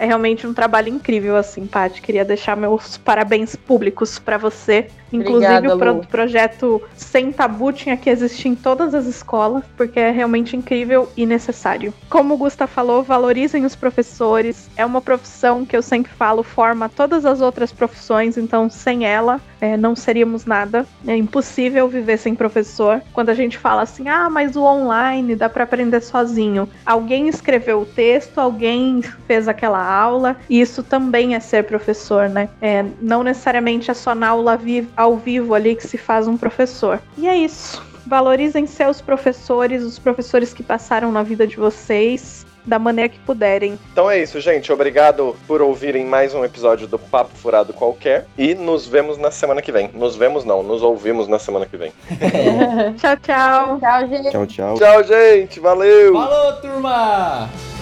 É realmente um trabalho incrível, assim, Paty. Queria deixar meus parabéns públicos pra você. Inclusive, Obrigada, o projeto Sem Tabu tinha que existir em todas as escolas, porque é realmente incrível e necessário. Como o Gusta falou, valorizem os professores. É uma profissão que eu sempre falo, forma todas as outras profissões, então sem ela, não seríamos nada. É impossível viver sem professor. Quando a gente fala assim, mas o online dá pra aprender sozinho. Alguém escreveu o texto, alguém fez aquela aula, e isso também é ser professor, né? Não necessariamente é só na aula ao vivo ali que se faz um professor. E é isso. Valorizem seus professores, os professores que passaram na vida de vocês, da maneira que puderem. Então é isso, gente. Obrigado por ouvirem mais um episódio do Papo Furado Qualquer. E nos vemos na semana que vem. Nos ouvimos na semana que vem. Tchau, tchau. Tchau, gente. Tchau, tchau. Tchau, gente. Valeu! Falou, turma!